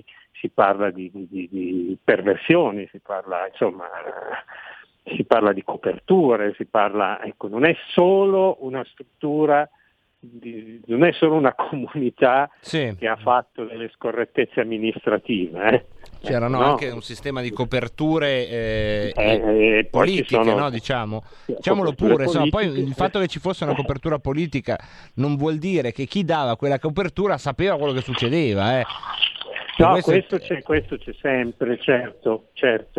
perversioni, si parla di coperture, non è solo una struttura, non è solo una comunità che ha fatto delle scorrettezze amministrative. C'erano anche un sistema di coperture politiche, no? Diciamolo pure, insomma, poi il fatto che ci fosse una copertura politica non vuol dire che chi dava quella copertura sapeva quello che succedeva. No, questo c'è sempre, certo.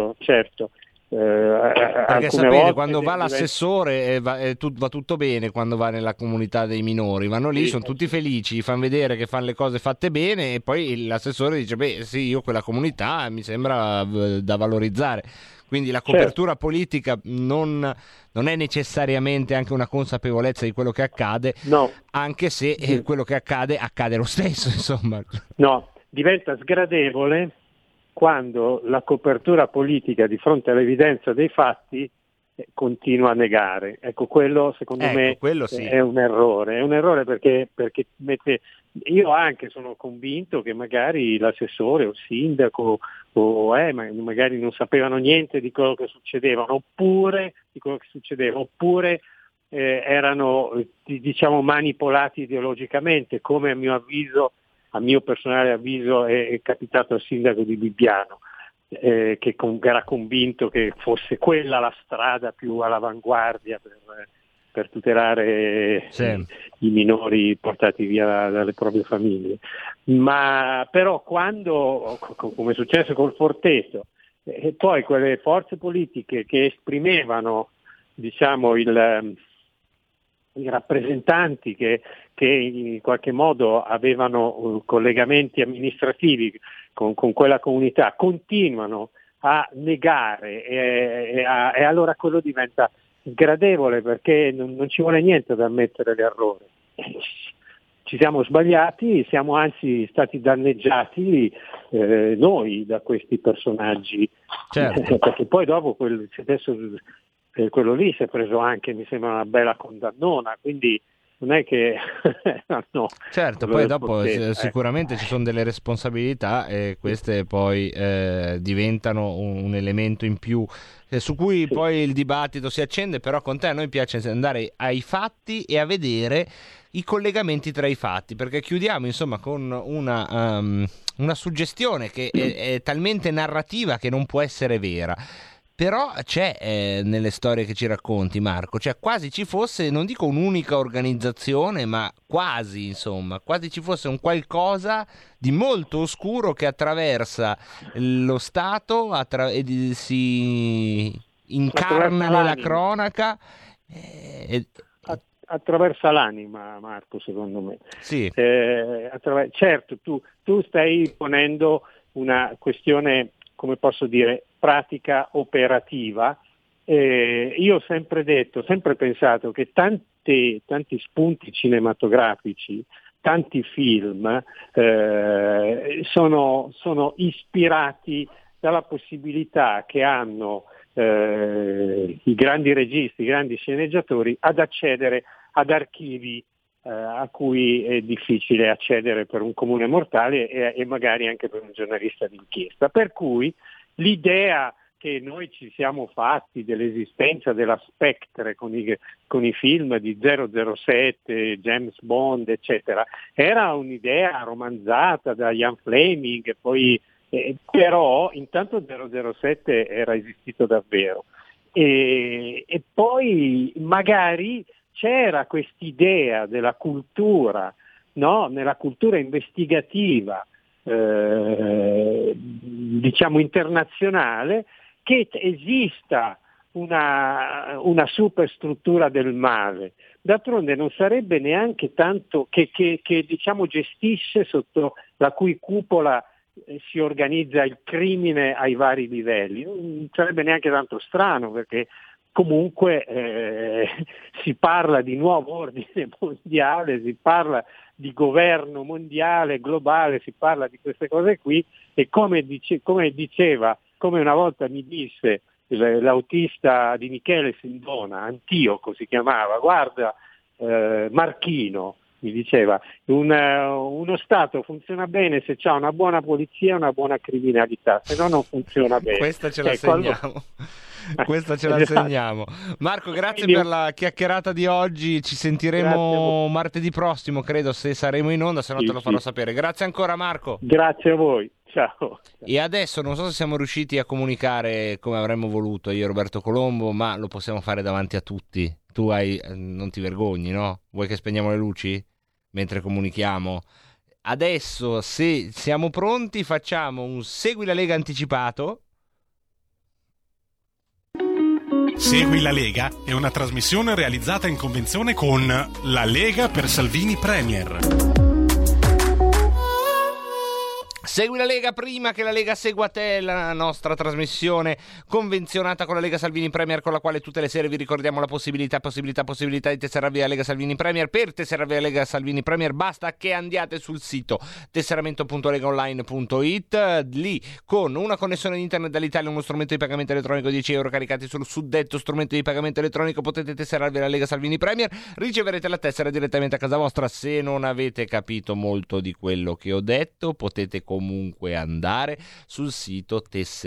Perché sapete, quando va l'assessore va tutto bene, quando va nella comunità dei minori, vanno lì, sono tutti felici, fanno vedere che fanno le cose fatte bene, e poi l'assessore dice io quella comunità mi sembra da valorizzare. Quindi la copertura politica non è necessariamente anche una consapevolezza di quello che accade, anche se quello che accade lo stesso, insomma. No, diventa sgradevole quando la copertura politica di fronte all'evidenza dei fatti continua a negare. Ecco, quello secondo me è un errore perché io anche sono convinto che magari l'assessore o il sindaco magari non sapevano niente di quello che succedeva, oppure erano diciamo manipolati ideologicamente, come a mio personale avviso è capitato al sindaco di Bibbiano, che era convinto che fosse quella la strada più all'avanguardia per tutelare i minori portati via dalle proprie famiglie. Ma però quando, come è successo col Forteto, e poi quelle forze politiche che esprimevano diciamo i rappresentanti che in qualche modo avevano collegamenti amministrativi con quella comunità continuano a negare e allora quello diventa sgradevole, perché non ci vuole niente ad ammettere l'errore. Ci siamo sbagliati, siamo anzi stati danneggiati noi da questi personaggi, certo. Perché poi dopo quello lì si è preso anche, mi sembra, una bella condannona, quindi non è che no, certo, poi dopo sicuramente ci sono delle responsabilità e queste poi diventano un elemento in più su cui poi il dibattito si accende. Però con te a noi piace andare ai fatti e a vedere i collegamenti tra i fatti, perché chiudiamo insomma con una suggestione che è talmente narrativa che non può essere vera. Però c'è nelle storie che ci racconti, Marco, cioè quasi ci fosse, non dico un'unica organizzazione, ma quasi ci fosse un qualcosa di molto oscuro che attraversa lo Stato e si incarna nella cronaca. Attraversa l'anima, Marco, secondo me. Sì. Certo, tu stai ponendo una questione, come posso dire, pratica operativa. Io ho sempre pensato che tanti spunti cinematografici, tanti film sono ispirati dalla possibilità che hanno i grandi registi, i grandi sceneggiatori ad accedere ad archivi a cui è difficile accedere per un comune mortale e magari anche per un giornalista d'inchiesta. Per cui l'idea che noi ci siamo fatti dell'esistenza della Spectre con i film di 007, James Bond, eccetera, era un'idea romanzata da Ian Fleming, poi però intanto 007 era esistito davvero e poi magari c'era quest'idea della cultura, no? Nella cultura investigativa diciamo internazionale, che esista una superstruttura del male. D'altronde non sarebbe neanche tanto che diciamo gestisce sotto la cui cupola si organizza il crimine ai vari livelli. Non sarebbe neanche tanto strano, perché comunque si parla di nuovo ordine mondiale, si parla di governo mondiale, globale, si parla di queste cose qui, e come una volta mi disse l'autista di Michele Sindona, Antioco si chiamava, guarda Marchino, mi diceva, uno Stato funziona bene se c'ha una buona polizia e una buona criminalità, se no non funziona bene. Questa ce la segniamo. Questa ce la segniamo. Marco, grazie per la chiacchierata di oggi. Ci sentiremo martedì prossimo, credo, se saremo in onda, se no te lo farò sapere. Grazie ancora, Marco. Grazie a voi. Ciao. E adesso non so se siamo riusciti a comunicare come avremmo voluto io e Roberto Colombo, ma lo possiamo fare davanti a tutti. Tu non ti vergogni, no? Vuoi che spegniamo le luci mentre comunichiamo? Adesso, se siamo pronti, facciamo un Segui la Lega anticipato. Segui la Lega è una trasmissione realizzata in convenzione con La Lega per Salvini Premier. Segui la Lega prima che la Lega segua te, la nostra trasmissione convenzionata con la Lega Salvini Premier, con la quale tutte le sere vi ricordiamo la possibilità di tesserarvi la Lega Salvini Premier. Per tesserarvi la Lega Salvini Premier basta che andiate sul sito tesseramento.legaonline.it, lì con una connessione di internet dall'Italia, uno strumento di pagamento elettronico, 10 euro caricati sul suddetto strumento di pagamento elettronico potete tesserarvi la Lega Salvini Premier, riceverete la tessera direttamente a casa vostra. Se non avete capito molto di quello che ho detto, potete comunque andare sul sito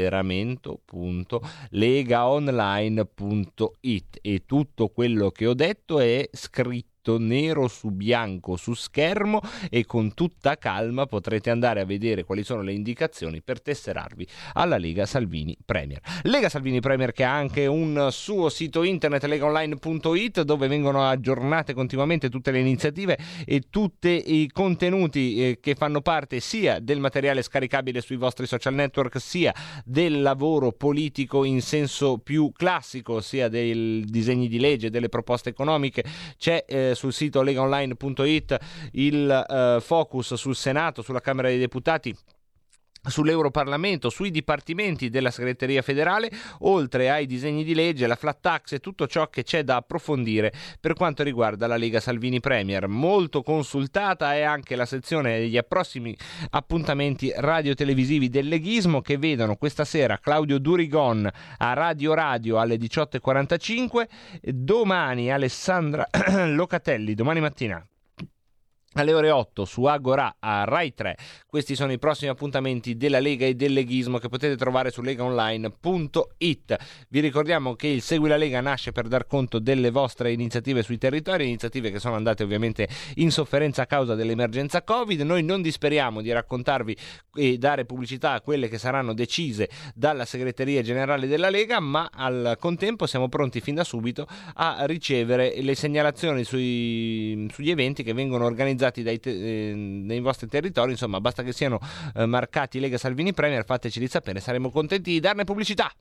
tesseramento.legaonline.it e tutto quello che ho detto è scritto nero su bianco su schermo e con tutta calma potrete andare a vedere quali sono le indicazioni per tesserarvi alla Lega Salvini Premier. Lega Salvini Premier che ha anche un suo sito internet legaonline.it dove vengono aggiornate continuamente tutte le iniziative e tutti i contenuti che fanno parte sia del materiale scaricabile sui vostri social network sia del lavoro politico in senso più classico, sia dei disegni di legge, delle proposte economiche. C'è sul sito legaonline.it il focus sul Senato, sulla Camera dei Deputati, sull'Europarlamento, sui dipartimenti della segreteria federale, oltre ai disegni di legge, la flat tax e tutto ciò che c'è da approfondire per quanto riguarda la Lega Salvini Premier. Molto consultata è anche la sezione degli prossimi appuntamenti radio-televisivi del leghismo, che vedono questa sera Claudio Durigon a Radio alle 18.45, domani Alessandra Locatelli, domani mattina alle ore 8 su Agora a Rai 3. Questi sono i prossimi appuntamenti della Lega e del leghismo che potete trovare su legaonline.it. Vi ricordiamo che il Segui la Lega nasce per dar conto delle vostre iniziative sui territori, iniziative che sono andate ovviamente in sofferenza a causa dell'emergenza Covid. Noi non disperiamo di raccontarvi e dare pubblicità a quelle che saranno decise dalla segreteria generale della Lega, ma al contempo siamo pronti fin da subito a ricevere le segnalazioni sugli eventi che vengono organizzati nei vostri territori. Insomma, basta che siano marcati Lega Salvini Premier, fateceli sapere, saremo contenti di darne pubblicità.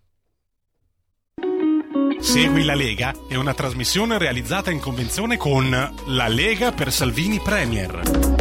Segui la Lega è una trasmissione realizzata in convenzione con La Lega per Salvini Premier.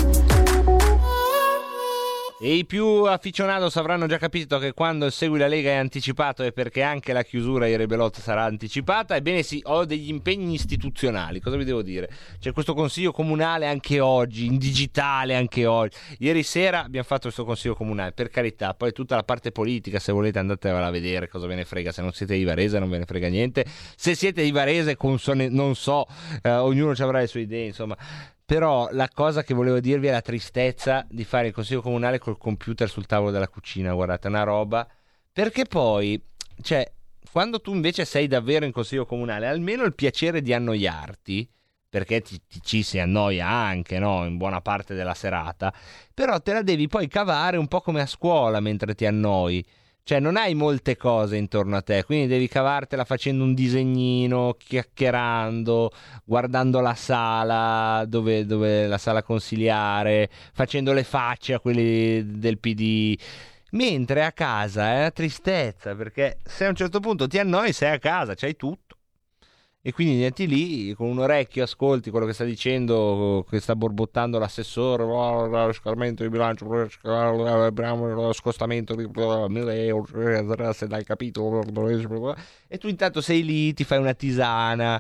E i più aficionados avranno già capito che quando il Segui la Lega è anticipato è perché anche la chiusura ai Rebelot sarà anticipata. Ebbene sì, ho degli impegni istituzionali, cosa vi devo dire? C'è questo consiglio comunale anche oggi, in digitale anche oggi. Ieri sera abbiamo fatto questo consiglio comunale, per carità, poi tutta la parte politica, se volete andatevela a vedere, cosa ve ne frega, se non siete di Varese non ve ne frega niente, se siete di Varese non so, ognuno ci avrà le sue idee, insomma. Però la cosa che volevo dirvi è la tristezza di fare il consiglio comunale col computer sul tavolo della cucina. Guardate, una roba, perché poi, cioè, quando tu invece sei davvero in consiglio comunale, almeno il piacere di annoiarti, perché ci si annoia anche, no, in buona parte della serata, però te la devi poi cavare un po' come a scuola mentre ti annoi. Cioè non hai molte cose intorno a te, quindi devi cavartela facendo un disegnino, chiacchierando, guardando la sala, dove la sala consiliare, facendo le facce a quelli del PD. Mentre a casa è una tristezza, perché se a un certo punto ti annoi sei a casa, c'hai tutto. E quindi metti lì, con un orecchio ascolti quello che sta dicendo, che sta borbottando l'assessore, lo scostamento di bilancio, lo scostamento di 1.000 euro, se l'hai capito. E tu intanto sei lì, ti fai una tisana,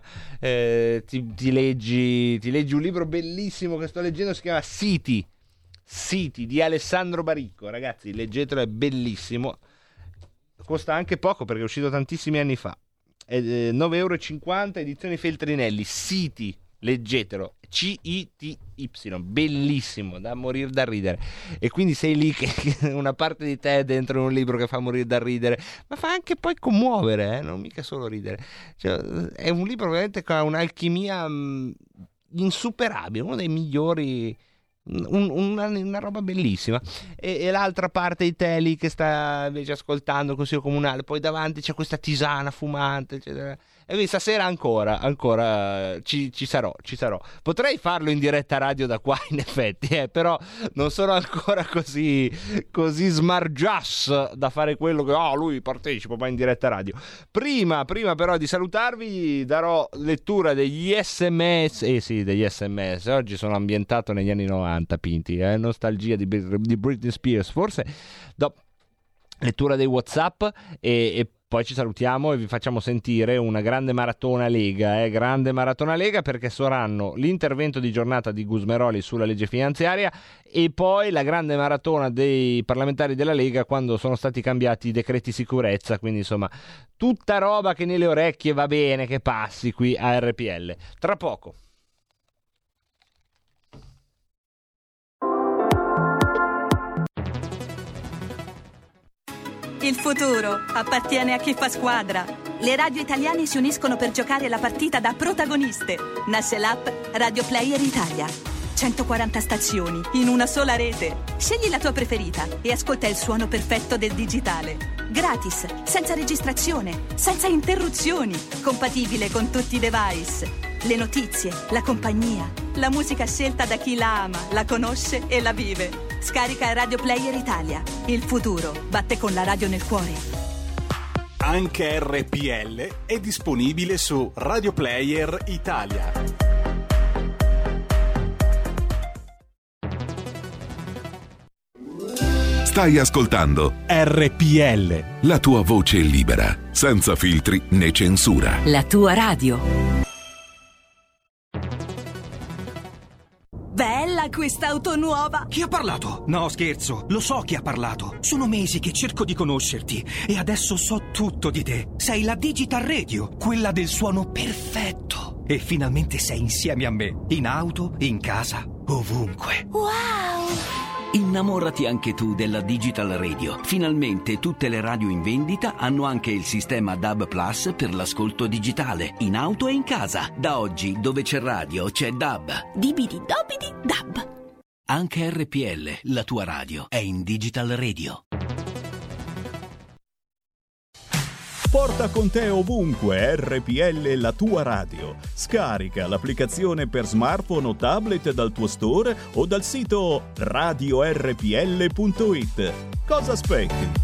ti leggi un libro bellissimo che sto leggendo, si chiama City di Alessandro Baricco. Ragazzi, leggetelo, è bellissimo. Costa anche poco perché è uscito tantissimi anni fa. 9,50 euro, edizioni Feltrinelli. City, leggetelo, CITY, bellissimo, da morire da ridere. E quindi sei lì che una parte di te è dentro un libro che fa morire da ridere, ma fa anche poi commuovere, non mica solo ridere. Cioè, è un libro veramente che ha un'alchimia insuperabile, uno dei migliori. Una roba bellissima. E l'altra parte di te lì che sta invece ascoltando il consiglio comunale, poi davanti c'è questa tisana fumante, eccetera. E quindi stasera ancora ci sarò. Potrei farlo in diretta radio da qua, in effetti, però non sono ancora così smargiass da fare quello che lui partecipa ma in diretta radio. Prima però di salutarvi darò lettura degli SMS. Sì, degli SMS. Oggi sono ambientato negli anni 90, Pinti, nostalgia di Britney Spears, forse. Lettura dei WhatsApp e poi ci salutiamo e vi facciamo sentire una grande maratona Lega, perché saranno l'intervento di giornata di Gusmeroli sulla legge finanziaria e poi la grande maratona dei parlamentari della Lega quando sono stati cambiati i decreti sicurezza, quindi insomma tutta roba che nelle orecchie va bene che passi qui a RPL. Tra poco. Il futuro appartiene a chi fa squadra. Le radio italiane si uniscono per giocare la partita da protagoniste. Nasce l'app Radio Player Italia. 140 stazioni in una sola rete. Scegli la tua preferita e ascolta il suono perfetto del digitale. Gratis, senza registrazione, senza interruzioni, compatibile con tutti i device. Le notizie, la compagnia, la musica scelta da chi la ama, la conosce e la vive. Scarica Radio Player Italia. Il futuro batte con la radio nel cuore. Anche RPL è disponibile su Radio Player Italia. Stai ascoltando RPL, la tua voce libera, senza filtri né censura. La tua radio. Bella quest'auto nuova! Chi ha parlato? No, scherzo, lo so chi ha parlato. Sono mesi che cerco di conoscerti e adesso so tutto di te. Sei la Digital Radio, quella del suono perfetto. E finalmente sei insieme a me, in auto, in casa, ovunque. Wow! Innamorati anche tu della Digital Radio. Finalmente tutte le radio in vendita hanno anche il sistema DAB Plus per l'ascolto digitale, in auto e in casa. Da oggi, dove c'è radio, c'è DAB. Dibidi dobidi dab. Anche RPL, la tua radio, è in Digital Radio. Porta con te ovunque RPL, la tua radio. Scarica l'applicazione per smartphone o tablet dal tuo store o dal sito radiorpl.it. Cosa aspetti?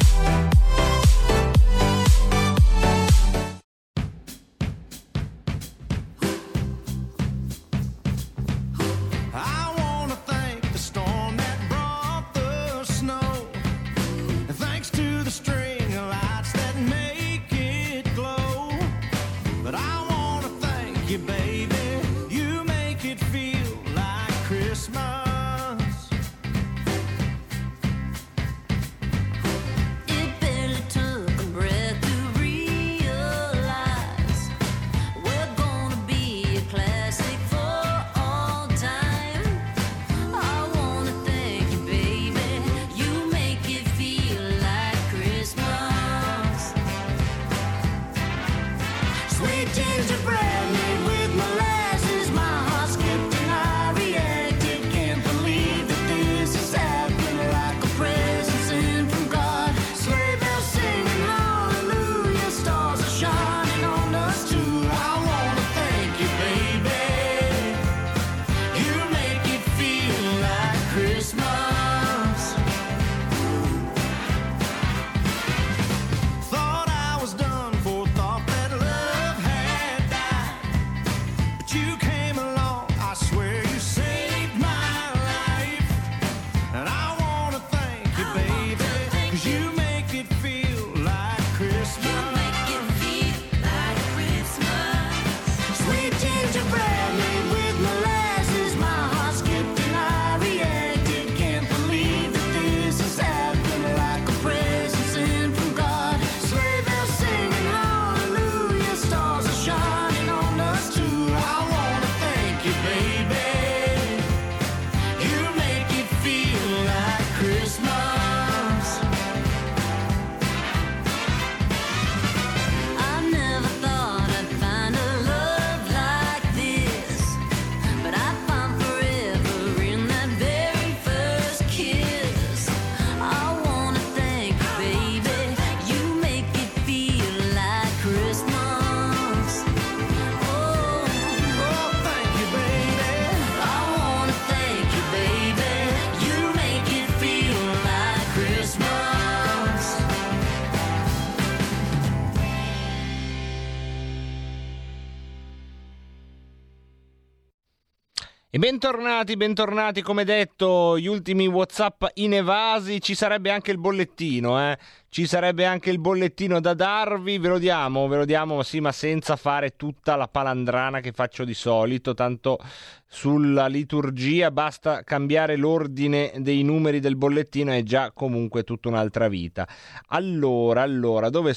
E bentornati, come detto, gli ultimi WhatsApp inevasi. Ci sarebbe anche il bollettino, Ci sarebbe anche il bollettino da darvi, ve lo diamo, sì, ma senza fare tutta la palandrana che faccio di solito, tanto sulla liturgia basta cambiare l'ordine dei numeri del bollettino, è già comunque tutta un'altra vita. Allora, dove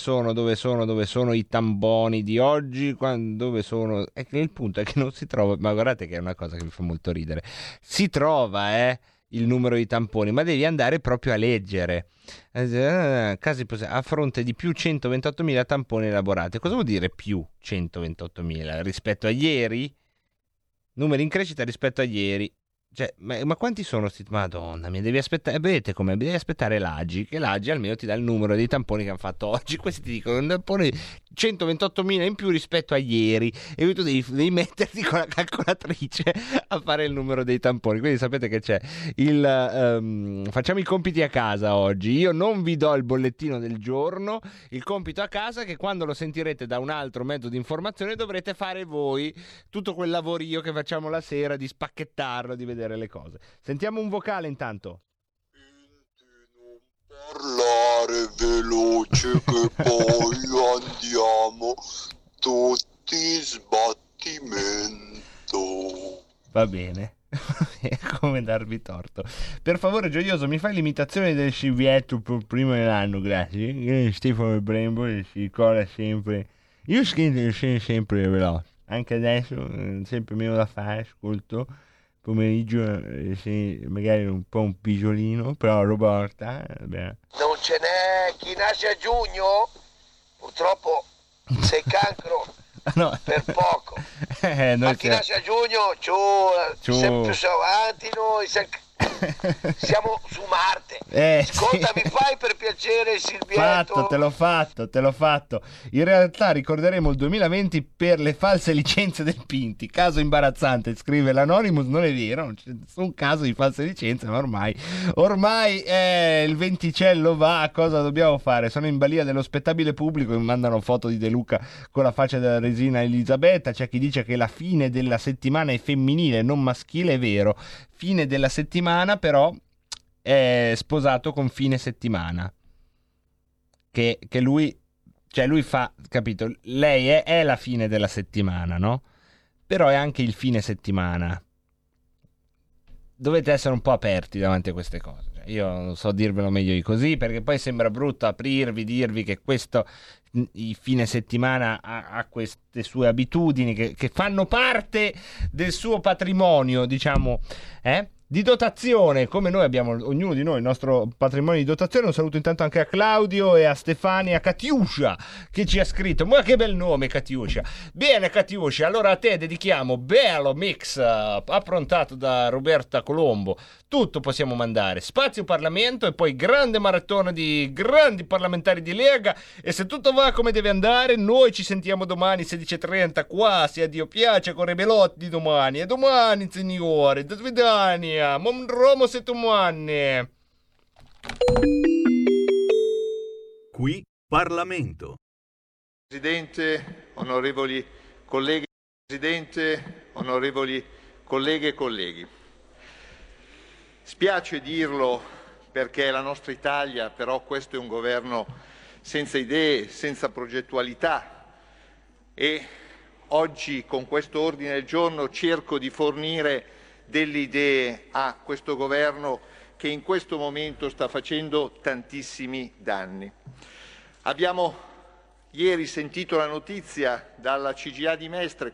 sono i tamboni di oggi? Dove sono? Il punto è che non si trova, ma guardate che è una cosa che mi fa molto ridere. Si trova, il numero di tamponi, ma devi andare proprio a leggere. Casi a fronte di più 128.000 tamponi elaborati. Cosa vuol dire più 128.000 rispetto a ieri? Numeri in crescita rispetto a ieri. Cioè, ma quanti sono? Madonna mia, devi aspettare. Vedete come? Devi aspettare l'Agi, che l'Agi almeno ti dà il numero dei tamponi che hanno fatto oggi. Questi ti dicono un tampone 128.000 in più rispetto a ieri, e tu devi metterti con la calcolatrice a fare il numero dei tamponi. Quindi sapete che c'è facciamo i compiti a casa oggi. Io non vi do il bollettino del giorno, il compito a casa che quando lo sentirete da un altro mezzo di informazione dovrete fare voi tutto quel lavorio che facciamo la sera di spacchettarlo, di vedere le cose. Sentiamo un vocale intanto. Parlare veloce che poi andiamo tutti in sbattimento. Va bene. Come darvi torto. Per favore, Gioioso, mi fai l'imitazione del scivietto prima dell'anno, grazie. Stefano Brembo si ricorda sempre. Io scrivo sempre veloce. Anche adesso sempre meno da fare, ascolto. Pomeriggio magari un po' un pigiolino, però Roberta beh. Non ce n'è chi nasce a giugno, purtroppo sei cancro. No. Per poco. Ma chi nasce a giugno sempre più avanti noi siamo su Marte. Ascolta, sì. Mi fai per piacere Silvietto? Te l'ho fatto. In realtà ricorderemo il 2020 per le false licenze del Pinti. Caso imbarazzante, scrive l'Anonymous. Non è vero, non c'è nessun caso di false licenze, ma ormai il venticello va. Cosa dobbiamo fare? Sono in balia dello spettabile pubblico e mi mandano foto di De Luca con la faccia della regina Elisabetta. C'è chi dice che la fine della settimana è femminile, non maschile. È vero, fine della settimana, però è sposato con fine settimana, che lui fa, capito? Lei è la fine della settimana, no? Però è anche il fine settimana. Dovete essere un po' aperti davanti a queste cose. Io non so dirvelo meglio di così, perché poi sembra brutto dirvi che questo il fine settimana ha queste sue abitudini che fanno parte del suo patrimonio, diciamo, di dotazione, come noi abbiamo, ognuno di noi, il nostro patrimonio di dotazione. Un saluto intanto anche a Claudio e a Stefania Catiuscia, che ci ha scritto. Ma che bel nome, Catiuscia. Bene, Catiuscia, allora a te dedichiamo bello mix approntato da Roberta Colombo. Tutto possiamo mandare, spazio Parlamento e poi grande maratona di grandi parlamentari di Lega. E se tutto va come deve andare, noi ci sentiamo domani 16:30 qua, se a Dio piace, con Rebelotti domani. E domani, signore, do svidania. Mom Romo settimane. Qui Parlamento. Presidente, onorevoli colleghi, colleghe e colleghi. Spiace dirlo perché è la nostra Italia, però questo è un governo senza idee, senza progettualità, e oggi con questo ordine del giorno cerco di fornire delle idee a questo governo che in questo momento sta facendo tantissimi danni. Abbiamo ieri sentito la notizia dalla CGIA di Mestre,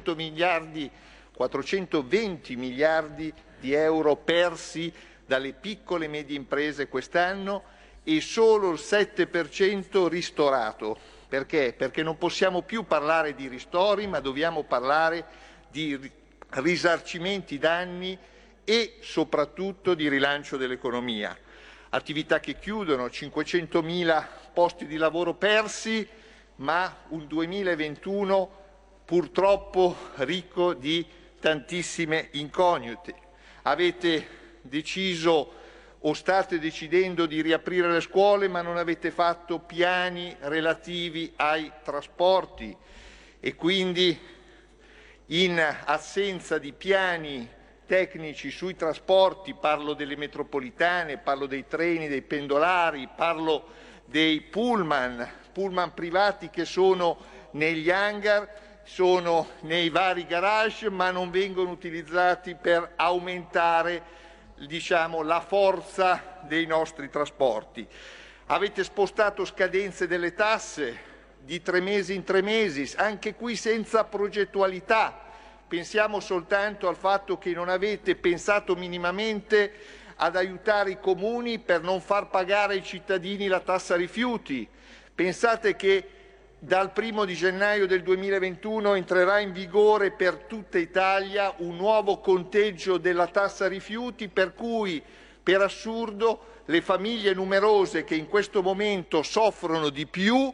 420 miliardi di euro persi dalle piccole e medie imprese quest'anno e solo il 7% ristorato. Perché? Perché non possiamo più parlare di ristori, ma dobbiamo parlare di risarcimenti danni e soprattutto di rilancio dell'economia. Attività che chiudono, 500.000 posti di lavoro persi, ma un 2021 purtroppo ricco di tantissime incognite. Avete deciso o state decidendo di riaprire le scuole, ma non avete fatto piani relativi ai trasporti e quindi in assenza di piani tecnici sui trasporti, parlo delle metropolitane, parlo dei treni, dei pendolari, parlo dei pullman privati che sono negli hangar, sono nei vari garage, ma non vengono utilizzati per aumentare, diciamo, la forza dei nostri trasporti. Avete spostato scadenze delle tasse di 3 mesi in 3 mesi, anche qui senza progettualità, pensiamo soltanto al fatto che non avete pensato minimamente ad aiutare i comuni per non far pagare ai cittadini la tassa rifiuti. Pensate che dal 1 di gennaio del 2021 entrerà in vigore per tutta Italia un nuovo conteggio della tassa rifiuti, per cui, per assurdo, le famiglie numerose che in questo momento soffrono di più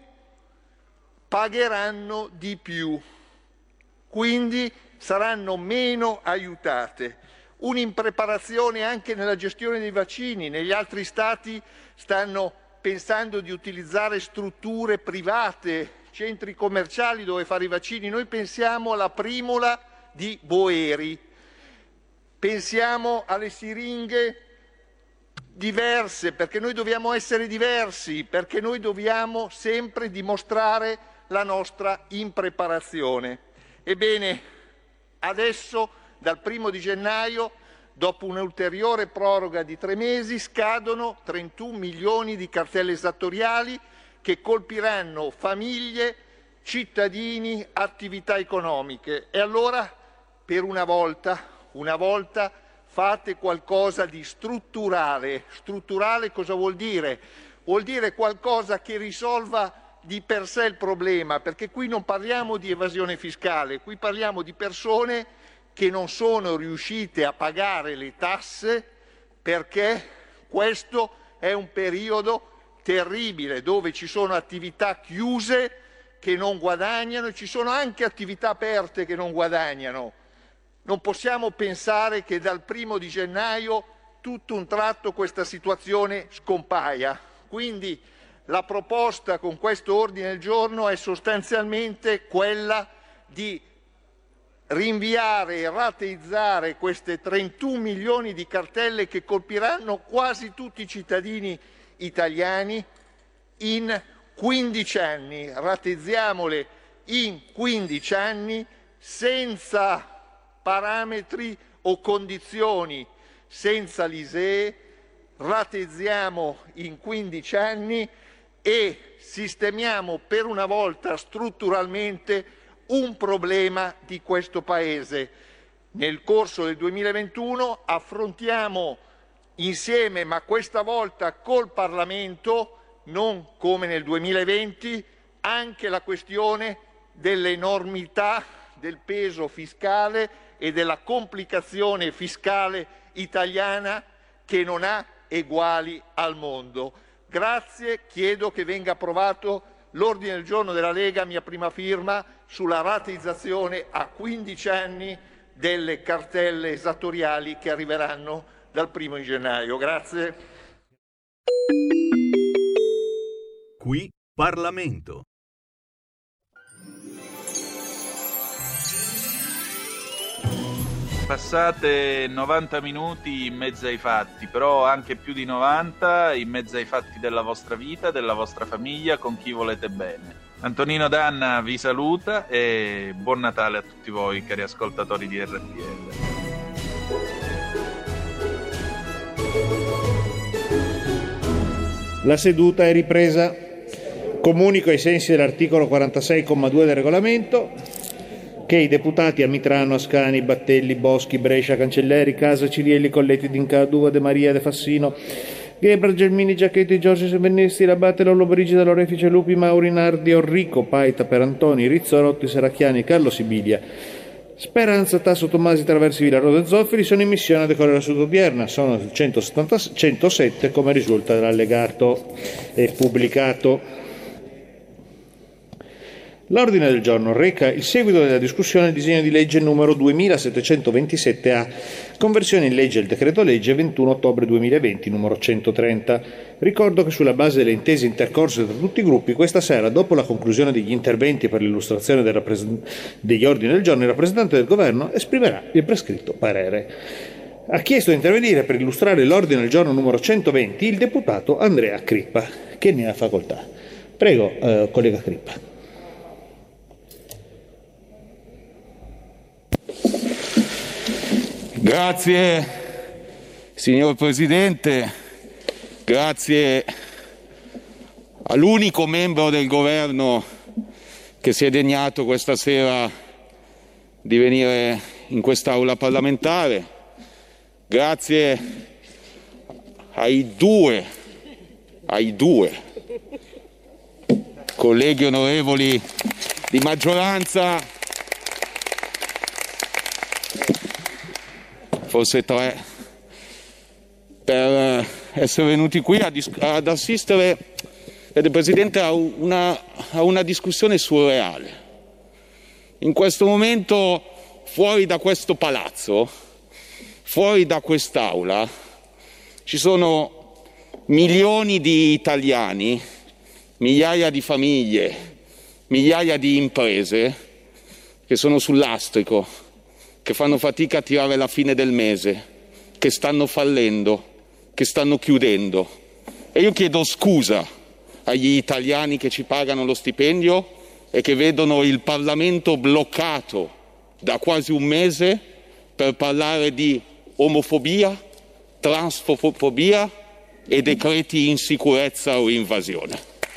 pagheranno di più, quindi saranno meno aiutate. Un'impreparazione anche nella gestione dei vaccini. Negli altri stati stanno pensando di utilizzare strutture private, centri commerciali dove fare i vaccini. Noi pensiamo alla primula di Boeri, pensiamo alle siringhe diverse, perché noi dobbiamo essere diversi, perché noi dobbiamo sempre dimostrare la nostra impreparazione. Ebbene, adesso dal 1 di gennaio, dopo un'ulteriore proroga di 3 mesi, scadono 31 milioni di cartelle esattoriali che colpiranno famiglie, cittadini, attività economiche. E allora, per una volta, fate qualcosa di strutturale. Strutturale cosa vuol dire? Vuol dire qualcosa che risolva di per sé il problema, perché qui non parliamo di evasione fiscale, qui parliamo di persone che non sono riuscite a pagare le tasse perché questo è un periodo terribile dove ci sono attività chiuse che non guadagnano e ci sono anche attività aperte che non guadagnano. Non possiamo pensare che dal 1 di gennaio tutto un tratto questa situazione scompaia. Quindi la proposta con questo ordine del giorno è sostanzialmente quella di rinviare e rateizzare queste 31 milioni di cartelle che colpiranno quasi tutti i cittadini italiani in 15 anni. Rateizziamole in 15 anni senza parametri o condizioni, senza l'ISEE, rateizziamo in 15 anni e sistemiamo per una volta strutturalmente un problema di questo Paese. Nel corso del 2021 affrontiamo insieme, ma questa volta col Parlamento, non come nel 2020, anche la questione dell'enormità del peso fiscale e della complicazione fiscale italiana che non ha eguali al mondo. Grazie, chiedo che venga approvato l'ordine del giorno della Lega, mia prima firma, sulla rateizzazione a 15 anni delle cartelle esattoriali che arriveranno dal 1 di gennaio. Grazie. Qui Parlamento. Passate 90 minuti in mezzo ai fatti, però anche più di 90 in mezzo ai fatti della vostra vita, della vostra famiglia, con chi volete bene. Antonino Danna vi saluta e buon Natale a tutti voi, cari ascoltatori di RPL. La seduta è ripresa. Comunico ai sensi dell'articolo 46,2 del regolamento che i deputati Amitrano, Ascani, Battelli, Boschi, Brescia, Cancelleri, Casa, Cirielli, Colletti, D'Inca, Duva, De Maria, De Fassino, Gebra, Gelmini, Giacchetti, Giorgio Sevennesti, Labate, Lollobrigida, Lorefice, Lupi, Mauri, Nardi, Orrico, Paita, Perantoni, Rizzorotti, Seracchiani, Carlo Sibilia, Speranza, Tasso, Tommasi, Traversi, Villarrosa e Zoffiri sono in missione a decorrere la seduta odierna. Sono 107 come risulta dall'allegato e pubblicato. L'ordine del giorno reca il seguito della discussione del disegno di legge numero 2727A, conversione in legge del decreto-legge 21 ottobre 2020, numero 130. Ricordo che sulla base delle intese intercorse tra tutti i gruppi, questa sera, dopo la conclusione degli interventi per l'illustrazione degli ordini del giorno, il rappresentante del Governo esprimerà il prescritto parere. Ha chiesto di intervenire per illustrare l'ordine del giorno numero 120 il deputato Andrea Crippa, che ne ha facoltà. Prego, collega Crippa. Grazie signor Presidente, grazie all'unico membro del governo che si è degnato questa sera di venire in quest'aula parlamentare, grazie ai due colleghi onorevoli di maggioranza, forse 3, per essere venuti qui ad assistere, Presidente, a una discussione surreale. In questo momento, fuori da questo palazzo, fuori da quest'aula, ci sono milioni di italiani, migliaia di famiglie, migliaia di imprese che sono sul lastrico, che fanno fatica a tirare la fine del mese, che stanno fallendo, che stanno chiudendo. E io chiedo scusa agli italiani che ci pagano lo stipendio e che vedono il Parlamento bloccato da quasi un mese per parlare di omofobia, transfobia e decreti in sicurezza o invasione.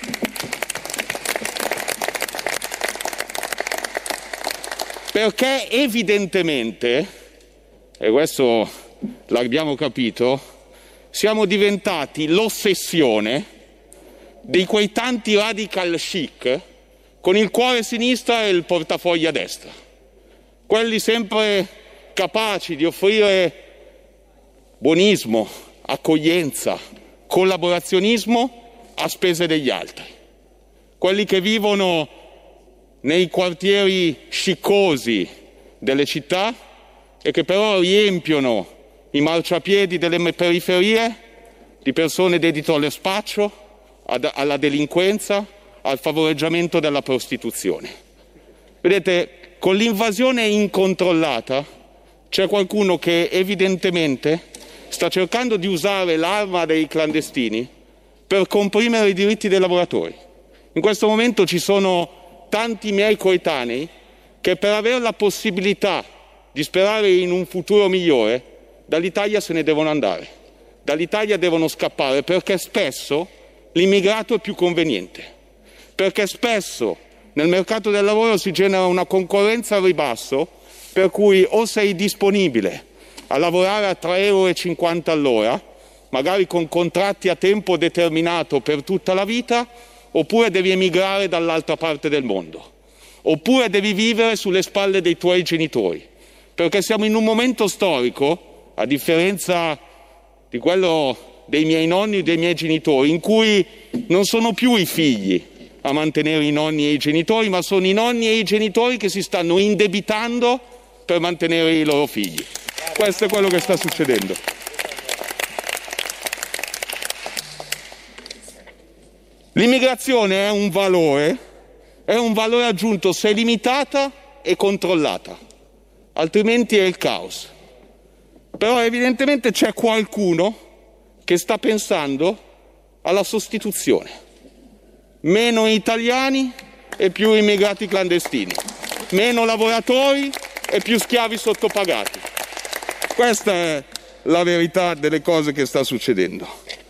Perché evidentemente, e questo l'abbiamo capito, siamo diventati l'ossessione di quei tanti radical chic con il cuore a sinistra e il portafoglio a destra, quelli sempre capaci di offrire buonismo, accoglienza, collaborazionismo a spese degli altri, quelli che vivono nei quartieri sciccosi delle città e che però riempiono i marciapiedi delle periferie di persone dedite allo spaccio, alla delinquenza, al favoreggiamento della prostituzione. Vedete, con l'invasione incontrollata c'è qualcuno che evidentemente sta cercando di usare l'arma dei clandestini per comprimere i diritti dei lavoratori. In questo momento ci sono tanti miei coetanei che per avere la possibilità di sperare in un futuro migliore dall'Italia se ne devono andare, dall'Italia devono scappare perché spesso l'immigrato è più conveniente, perché spesso nel mercato del lavoro si genera una concorrenza al ribasso per cui o sei disponibile a lavorare a 3,50 € all'ora, magari con contratti a tempo determinato per tutta la vita, oppure devi emigrare dall'altra parte del mondo, oppure devi vivere sulle spalle dei tuoi genitori, perché siamo in un momento storico, a differenza di quello dei miei nonni e dei miei genitori, in cui non sono più i figli a mantenere i nonni e i genitori, ma sono i nonni e i genitori che si stanno indebitando per mantenere i loro figli. Questo è quello che sta succedendo. L'immigrazione è un valore aggiunto se limitata e controllata, altrimenti è il caos. Però evidentemente c'è qualcuno che sta pensando alla sostituzione. Meno italiani e più immigrati clandestini, meno lavoratori e più schiavi sottopagati. Questa è la verità delle cose che sta succedendo.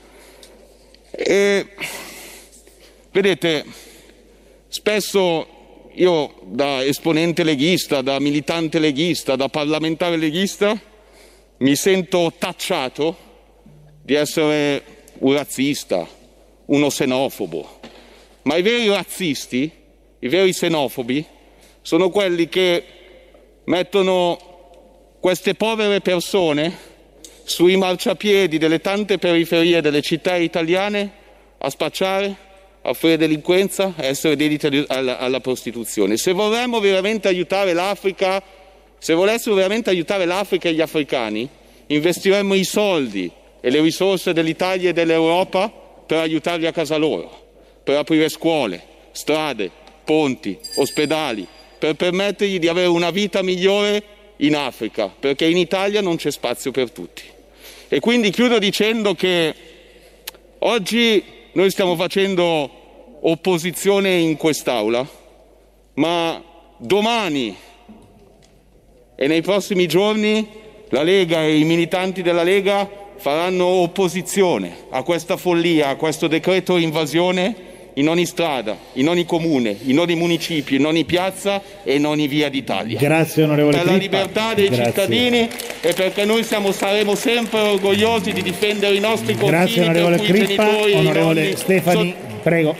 E vedete, spesso io da esponente leghista, da militante leghista, da parlamentare leghista, mi sento tacciato di essere un razzista, uno xenofobo. Ma i veri razzisti, i veri xenofobi, sono quelli che mettono queste povere persone sui marciapiedi delle tante periferie delle città italiane a spacciare, a offrire delinquenza, a essere dediti alla prostituzione. Se vorremmo veramente aiutare l'Africa, se volessimo veramente aiutare l'Africa e gli africani, investiremmo i soldi e le risorse dell'Italia e dell'Europa per aiutarli a casa loro, per aprire scuole, strade, ponti, ospedali, per permettergli di avere una vita migliore in Africa, perché in Italia non c'è spazio per tutti. E quindi chiudo dicendo che oggi noi stiamo facendo opposizione in quest'Aula, ma domani e nei prossimi giorni la Lega e i militanti della Lega faranno opposizione a questa follia, a questo decreto invasione in ogni strada, in ogni comune, in ogni municipio, in ogni piazza e in ogni via d'Italia. Grazie onorevole Per la libertà dei cittadini e perché noi saremo sempre orgogliosi di difendere i nostri confini. Grazie onorevole Crippa. Onorevole Stefani, prego.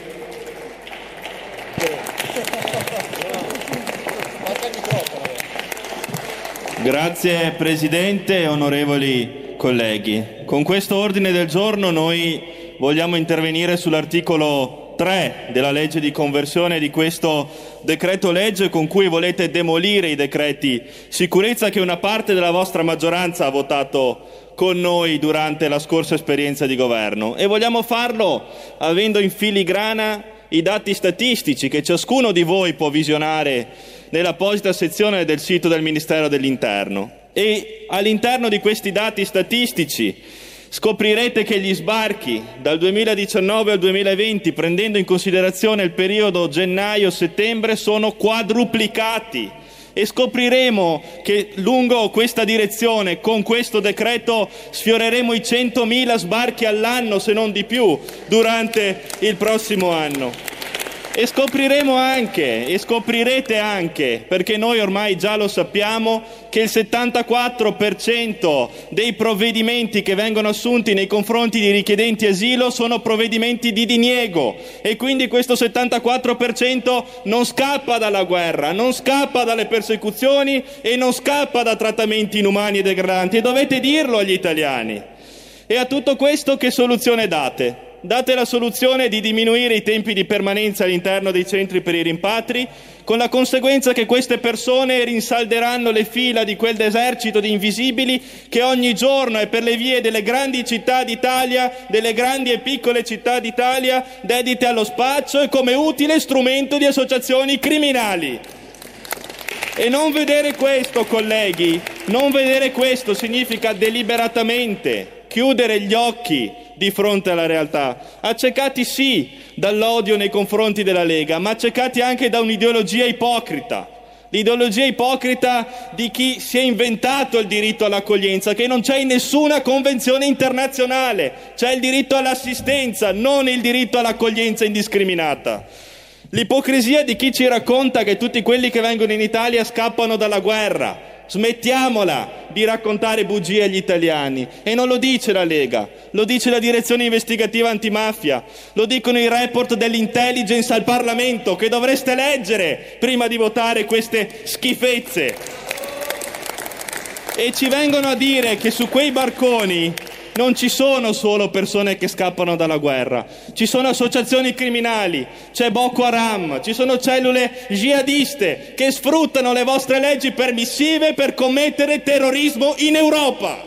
Grazie Presidente, onorevoli colleghi. Con questo ordine del giorno noi vogliamo intervenire sull'articolo 3 della legge di conversione di questo decreto legge con cui volete demolire i decreti sicurezza che una parte della vostra maggioranza ha votato con noi durante la scorsa esperienza di governo, e vogliamo farlo avendo in filigrana i dati statistici che ciascuno di voi può visionare nell'apposita sezione del sito del Ministero dell'Interno. E all'interno di questi dati statistici scoprirete che gli sbarchi dal 2019 al 2020, prendendo in considerazione il periodo gennaio-settembre, sono quadruplicati. E scopriremo che lungo questa direzione, con questo decreto, sfioreremo i 100.000 sbarchi all'anno, se non di più, durante il prossimo anno. E scopriremo anche, e scoprirete anche, perché noi ormai già lo sappiamo, che il 74% dei provvedimenti che vengono assunti nei confronti di richiedenti asilo sono provvedimenti di diniego, e quindi questo 74% non scappa dalla guerra, non scappa dalle persecuzioni e non scappa da trattamenti inumani e degradanti, e dovete dirlo agli italiani. E a tutto questo che soluzione date? Date la soluzione di diminuire i tempi di permanenza all'interno dei centri per i rimpatri, con la conseguenza che queste persone rinsalderanno le fila di quell'esercito di invisibili che ogni giorno è per le vie delle grandi città d'Italia, delle grandi e piccole città d'Italia, dedite allo spaccio e come utile strumento di associazioni criminali. E non vedere questo, colleghi, non vedere questo significa deliberatamente chiudere gli occhi di fronte alla realtà, accecati sì dall'odio nei confronti della Lega, ma accecati anche da un'ideologia ipocrita, l'ideologia ipocrita di chi si è inventato il diritto all'accoglienza, che non c'è in nessuna convenzione internazionale, c'è il diritto all'assistenza, non il diritto all'accoglienza indiscriminata. L'ipocrisia di chi ci racconta che tutti quelli che vengono in Italia scappano dalla guerra. Smettiamola di raccontare bugie agli italiani. E non lo dice la Lega, lo dice la direzione investigativa antimafia, lo dicono i report dell'intelligence al Parlamento, che dovreste leggere prima di votare queste schifezze. E ci vengono a dire che su quei barconi non ci sono solo persone che scappano dalla guerra, ci sono associazioni criminali, c'è Boko Haram, ci sono cellule jihadiste che sfruttano le vostre leggi permissive per commettere terrorismo in Europa.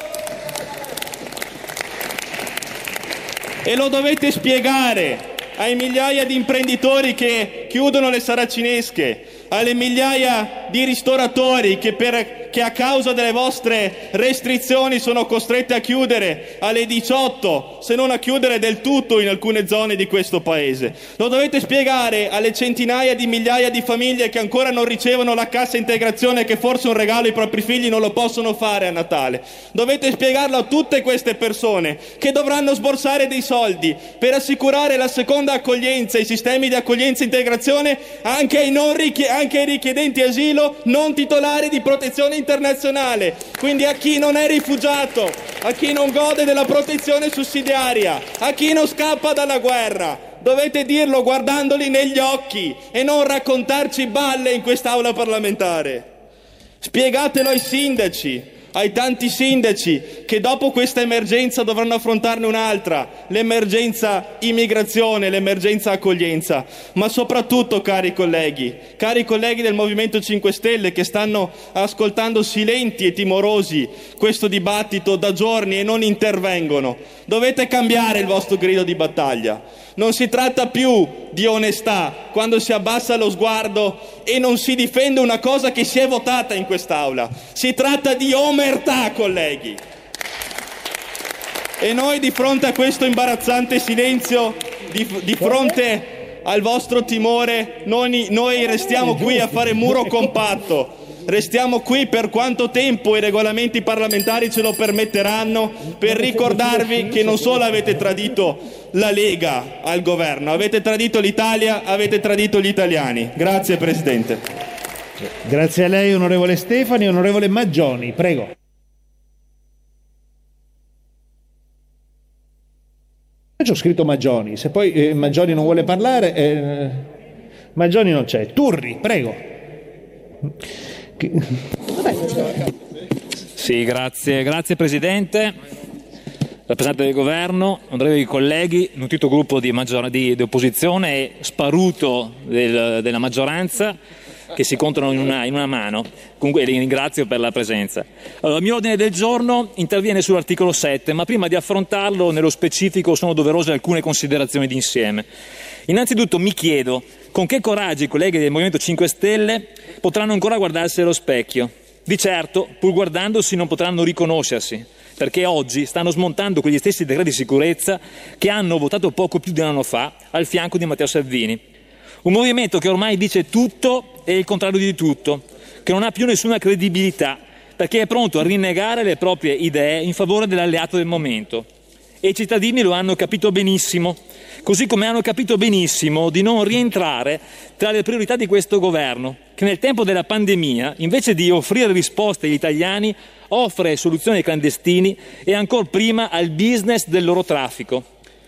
E lo dovete spiegare ai migliaia di imprenditori che chiudono le saracinesche, alle migliaia di ristoratori che a causa delle vostre restrizioni sono costretti a chiudere alle 18, se non a chiudere del tutto in alcune zone di questo paese. Lo dovete spiegare alle centinaia di migliaia di famiglie che ancora non ricevono la cassa integrazione, che forse un regalo ai propri figli non lo possono fare a Natale. Dovete spiegarlo a tutte queste persone che dovranno sborsare dei soldi per assicurare la seconda accoglienza, i sistemi di accoglienza e integrazione anche ai richiedenti asilo non titolari di protezione internazionale, quindi a chi non è rifugiato, a chi non gode della protezione sussidiaria, a chi non scappa dalla guerra. Dovete dirlo guardandoli negli occhi e non raccontarci balle in quest'aula parlamentare. Spiegatelo ai sindaci, ai tanti sindaci che dopo questa emergenza dovranno affrontarne un'altra, l'emergenza immigrazione, l'emergenza accoglienza. Ma soprattutto, cari colleghi del Movimento 5 Stelle che stanno ascoltando silenti e timorosi questo dibattito da giorni e non intervengono, dovete cambiare il vostro grido di battaglia. Non si tratta più di onestà quando si abbassa lo sguardo e non si difende una cosa che si è votata in quest'Aula. Si tratta di omertà, colleghi. E noi di fronte a questo imbarazzante silenzio, di fronte al vostro timore, noi restiamo qui a fare muro compatto. restiamo qui per quanto tempo i regolamenti parlamentari ce lo permetteranno, per ricordarvi che non solo avete tradito la Lega al governo, avete tradito l'Italia, avete tradito gli italiani. Grazie Presidente. Grazie a lei onorevole Stefani. Onorevole Maggioni, prego. C'ho scritto Maggioni, se poi Maggioni non vuole parlare, Maggioni non c'è. Turri, prego. Sì, grazie Presidente, rappresentante del Governo, onorevoli colleghi, nutrito gruppo di opposizione e sparuto della maggioranza che si contano in una mano. Comunque li ringrazio per la presenza. Allora, il mio ordine del giorno interviene sull'articolo 7, ma prima di affrontarlo nello specifico sono doverose alcune considerazioni d'insieme. Innanzitutto mi chiedo con che coraggio i colleghi del Movimento 5 Stelle potranno ancora guardarsi allo specchio. Di certo, pur guardandosi non potranno riconoscersi, perché oggi stanno smontando quegli stessi decreti di sicurezza che hanno votato poco più di un anno fa al fianco di Matteo Salvini. Un movimento che ormai dice tutto e il contrario di tutto, che non ha più nessuna credibilità, perché è pronto a rinnegare le proprie idee in favore dell'alleato del momento. E i cittadini lo hanno capito benissimo, così come hanno capito benissimo di non rientrare tra le priorità di questo governo, che nel tempo della pandemia, invece di offrire risposte agli italiani, offre soluzioni ai clandestini e ancor prima al business del loro traffico.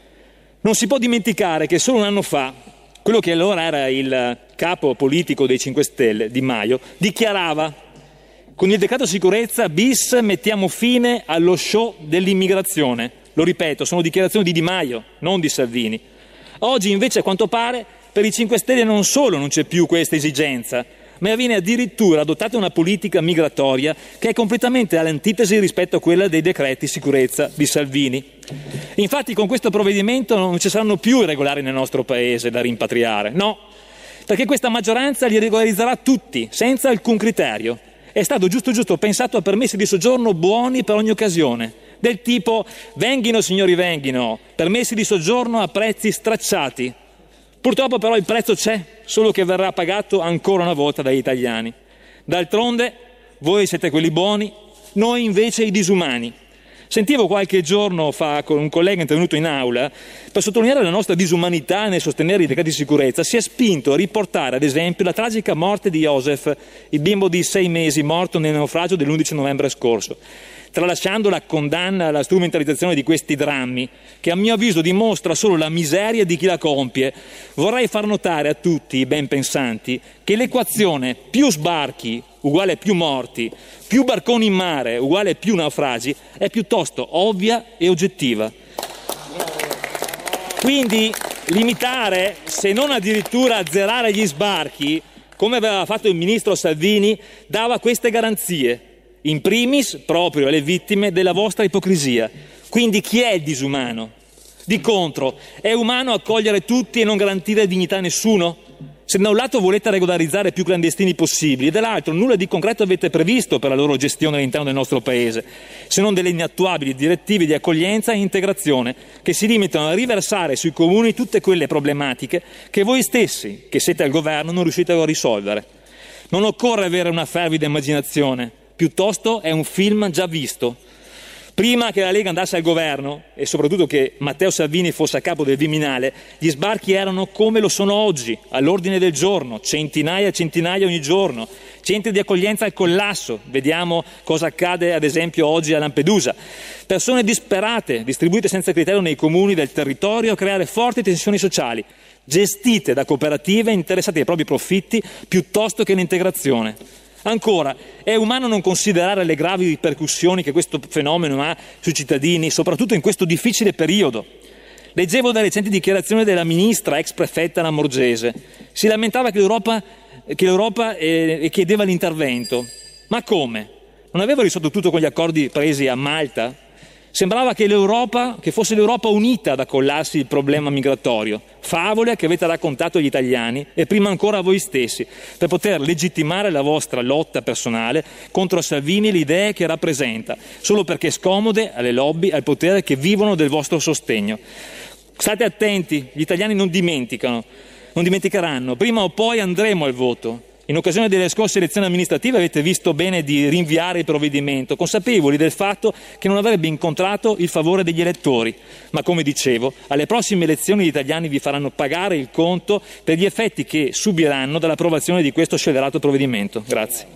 Non si può dimenticare che solo un anno fa quello che allora era il capo politico dei 5 Stelle, Di Maio, dichiarava: con il decreto sicurezza bis mettiamo fine allo show dell'immigrazione. Lo ripeto, sono dichiarazioni di Di Maio, non di Salvini. Oggi invece a quanto pare per i 5 Stelle non solo non c'è più questa esigenza, ma viene addirittura adottata una politica migratoria che è completamente all'antitesi rispetto a quella dei decreti sicurezza di Salvini. Infatti con questo provvedimento non ci saranno più irregolari nel nostro paese da rimpatriare, no, perché questa maggioranza li regolarizzerà tutti, senza alcun criterio. È stato giusto pensato a permessi di soggiorno buoni per ogni occasione, del tipo venghino signori venghino, permessi di soggiorno a prezzi stracciati. Purtroppo però il prezzo c'è, solo che verrà pagato ancora una volta dagli italiani. D'altronde voi siete quelli buoni, noi invece i disumani. Sentivo qualche giorno fa con un collega intervenuto in aula, per sottolineare la nostra disumanità nel sostenere i decreti di sicurezza, si è spinto a riportare ad esempio la tragica morte di Joseph, il bimbo di 6 mesi morto nel naufragio dell'11 novembre scorso, tralasciando la condanna alla strumentalizzazione di questi drammi, che a mio avviso dimostra solo la miseria di chi la compie. Vorrei far notare a tutti i ben pensanti che l'equazione più sbarchi uguale più morti, più barconi in mare uguale più naufragi è piuttosto ovvia e oggettiva. Quindi limitare, se non addirittura azzerare gli sbarchi, come aveva fatto il ministro Salvini, dava queste garanzie, in primis proprio alle vittime della vostra ipocrisia. Quindi chi è il disumano? Di contro, è umano accogliere tutti e non garantire dignità a nessuno? Se da un lato volete regolarizzare più clandestini possibili, dall'altro nulla di concreto avete previsto per la loro gestione all'interno del nostro Paese, se non delle inattuabili direttive di accoglienza e integrazione che si limitano a riversare sui comuni tutte quelle problematiche che voi stessi, che siete al governo, non riuscite a risolvere. Non occorre avere una fervida immaginazione, piuttosto è un film già visto. Prima che la Lega andasse al governo e soprattutto che Matteo Salvini fosse a capo del Viminale, gli sbarchi erano come lo sono oggi, all'ordine del giorno, centinaia e centinaia ogni giorno, centri di accoglienza al collasso, vediamo cosa accade ad esempio oggi a Lampedusa, persone disperate, distribuite senza criterio nei comuni del territorio a creare forti tensioni sociali, gestite da cooperative interessate ai propri profitti piuttosto che l'integrazione. Ancora, è umano non considerare le gravi ripercussioni che questo fenomeno ha sui cittadini, soprattutto in questo difficile periodo. Leggevo da recenti dichiarazioni della ministra, ex prefetta Lamorgese. Si lamentava che l'Europa chiedeva l'intervento. Ma come? Non aveva risolto tutto con gli accordi presi a Malta? Sembrava che fosse l'Europa unita ad accollarsi il problema migratorio. Favole che avete raccontato agli italiani e prima ancora a voi stessi, per poter legittimare la vostra lotta personale contro Salvini e le idee che rappresenta, solo perché scomode alle lobby, al potere che vivono del vostro sostegno. State attenti, gli italiani non dimenticheranno, prima o poi andremo al voto. In occasione delle scorse elezioni amministrative avete visto bene di rinviare il provvedimento, consapevoli del fatto che non avrebbe incontrato il favore degli elettori. Ma come dicevo, alle prossime elezioni gli italiani vi faranno pagare il conto per gli effetti che subiranno dall'approvazione di questo scellerato provvedimento. Grazie.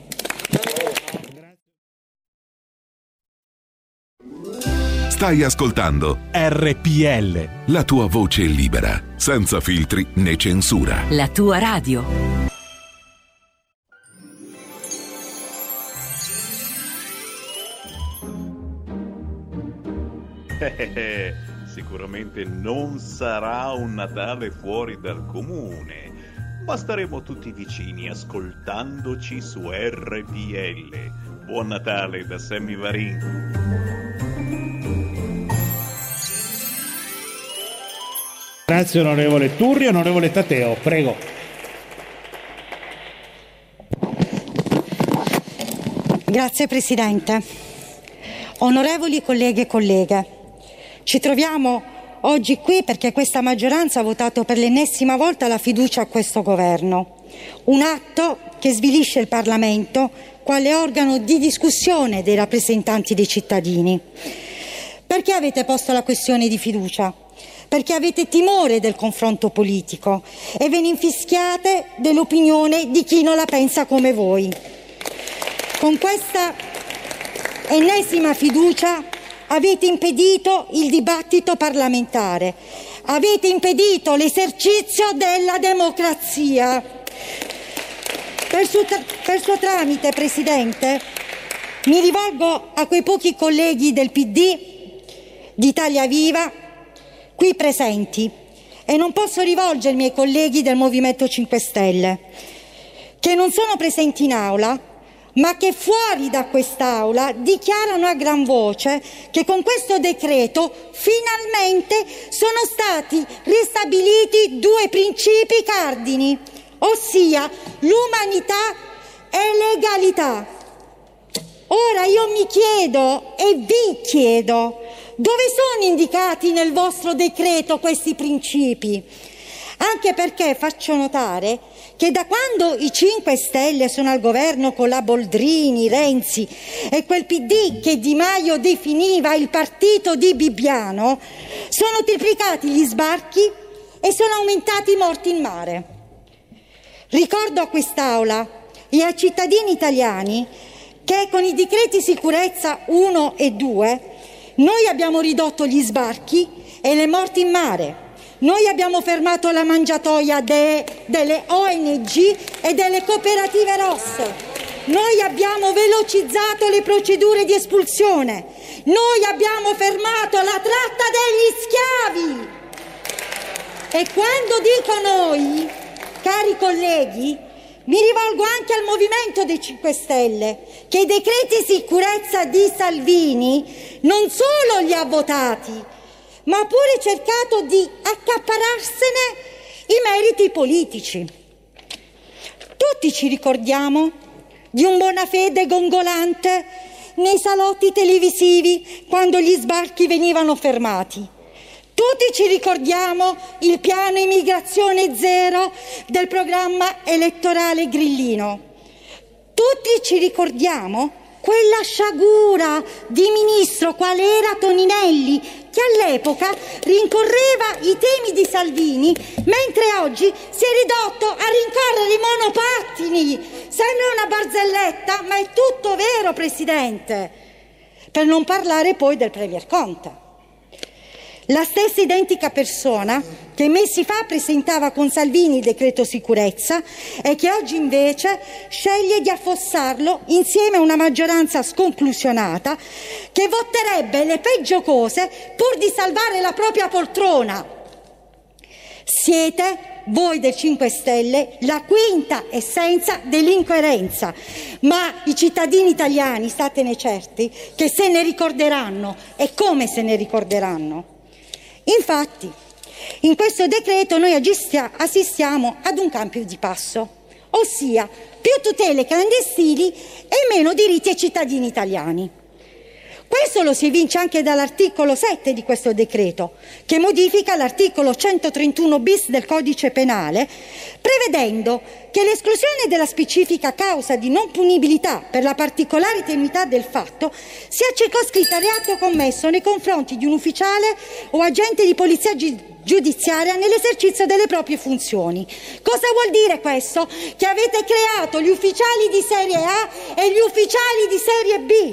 Stai ascoltando RPL, la tua voce libera, senza filtri né censura. La tua radio. Sicuramente non sarà un Natale fuori dal comune, ma staremo tutti vicini ascoltandoci su RPL. Buon Natale da Sammy Varin. Grazie onorevole Turri. Onorevole Tateo, prego. Grazie Presidente. Onorevoli colleghe e colleghe, ci troviamo oggi qui perché questa maggioranza ha votato per l'ennesima volta la fiducia a questo governo, un atto che svilisce il Parlamento quale organo di discussione dei rappresentanti dei cittadini. Perché avete posto la questione di fiducia? Perché avete timore del confronto politico e ve ne infischiate dell'opinione di chi non la pensa come voi. Con questa ennesima fiducia avete impedito il dibattito parlamentare, avete impedito l'esercizio della democrazia. Per suo tramite, Presidente, mi rivolgo a quei pochi colleghi del PD, di Italia Viva, qui presenti, e non posso rivolgermi ai colleghi del Movimento 5 Stelle, che non sono presenti in aula, ma che fuori da quest'Aula dichiarano a gran voce che con questo decreto finalmente sono stati ristabiliti due principi cardini, ossia l'umanità e legalità. Ora io mi chiedo e vi chiedo, dove sono indicati nel vostro decreto questi principi? Anche perché faccio notare che da quando i 5 Stelle sono al governo con la Boldrini, Renzi e quel PD che Di Maio definiva il partito di Bibbiano, sono triplicati gli sbarchi e sono aumentati i morti in mare. Ricordo a quest'Aula e ai cittadini italiani che con i decreti sicurezza 1 e 2 noi abbiamo ridotto gli sbarchi e le morti in mare. Noi abbiamo fermato la mangiatoia delle ONG e delle cooperative rosse. Noi abbiamo velocizzato le procedure di espulsione. Noi abbiamo fermato la tratta degli schiavi. E quando dico noi, cari colleghi, mi rivolgo anche al Movimento dei 5 Stelle, che i decreti sicurezza di Salvini non solo li ha votati, ma ha pure cercato di accappararsene i meriti politici. Tutti ci ricordiamo di un Bonafede gongolante nei salotti televisivi quando gli sbarchi venivano fermati. Tutti ci ricordiamo il piano immigrazione zero del programma elettorale grillino. Tutti ci ricordiamo quella sciagura di ministro quale era Toninelli, che all'epoca rincorreva i temi di Salvini, mentre oggi si è ridotto a rincorrere i monopattini. Sembra una barzelletta, ma è tutto vero, Presidente. Per non parlare poi del Premier Conte. La stessa identica persona che mesi fa presentava con Salvini il decreto sicurezza e che oggi invece sceglie di affossarlo insieme a una maggioranza sconclusionata che voterebbe le peggio cose pur di salvare la propria poltrona. Siete, voi del 5 Stelle, la quinta essenza dell'incoerenza, ma i cittadini italiani, statene certi, che se ne ricorderanno e come se ne ricorderanno. Infatti, in questo decreto noi assistiamo ad un cambio di passo, ossia più tutele clandestini e meno diritti ai cittadini italiani. Questo lo si evince anche dall'articolo 7 di questo decreto, che modifica l'articolo 131 bis del Codice Penale, prevedendo che l'esclusione della specifica causa di non punibilità per la particolare tenuità del fatto sia circoscritta al reato commesso nei confronti di un ufficiale o agente di polizia giudiziaria nell'esercizio delle proprie funzioni. Cosa vuol dire questo? Che avete creato gli ufficiali di serie A e gli ufficiali di serie B.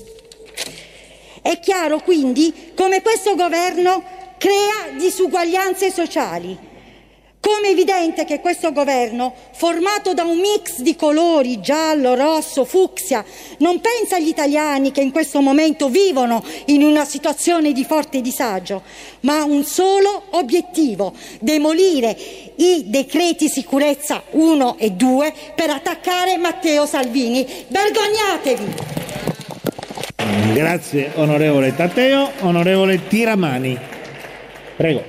È chiaro quindi come questo governo crea disuguaglianze sociali. Come è evidente che questo governo, formato da un mix di colori, giallo, rosso, fucsia, non pensa agli italiani che in questo momento vivono in una situazione di forte disagio, ma ha un solo obiettivo: demolire i decreti sicurezza 1 e 2 per attaccare Matteo Salvini. Vergognatevi! Grazie onorevole Taddeo. Onorevole Tiramani, prego.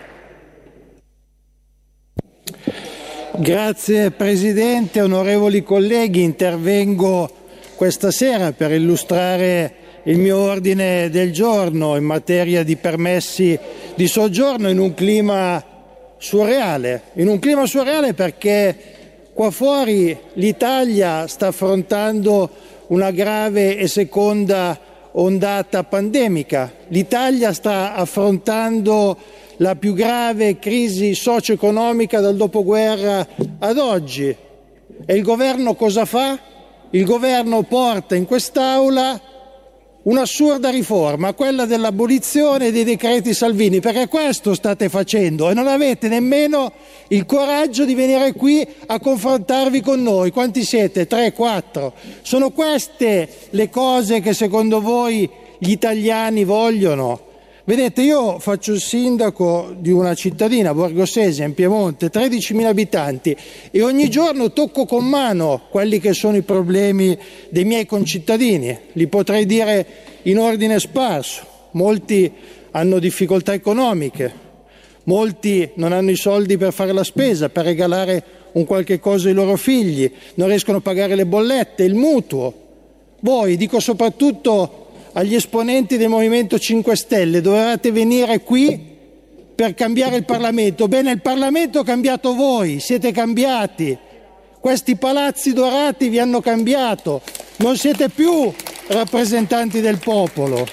Grazie Presidente, onorevoli colleghi, intervengo questa sera per illustrare il mio ordine del giorno in materia di permessi di soggiorno in un clima surreale perché qua fuori l'Italia sta affrontando una grave e seconda ondata pandemica. L'Italia sta affrontando la più grave crisi socio-economica dal dopoguerra ad oggi. E il governo cosa fa? Il governo porta in quest'Aula un'assurda riforma, quella dell'abolizione dei decreti Salvini, perché questo state facendo e non avete nemmeno il coraggio di venire qui a confrontarvi con noi. Quanti siete? 3, 4. Sono queste le cose che secondo voi gli italiani vogliono? Vedete, io faccio il sindaco di una cittadina, Borgosesia, in Piemonte, 13.000 abitanti, e ogni giorno tocco con mano quelli che sono i problemi dei miei concittadini. Li potrei dire in ordine sparso. Molti hanno difficoltà economiche, molti non hanno i soldi per fare la spesa, per regalare un qualche cosa ai loro figli, non riescono a pagare le bollette, il mutuo. Voi, dico soprattutto agli esponenti del Movimento 5 Stelle, dovevate venire qui per cambiare il Parlamento. Bene, il Parlamento ha cambiato voi, siete cambiati. Questi palazzi dorati vi hanno cambiato, non siete più rappresentanti del popolo.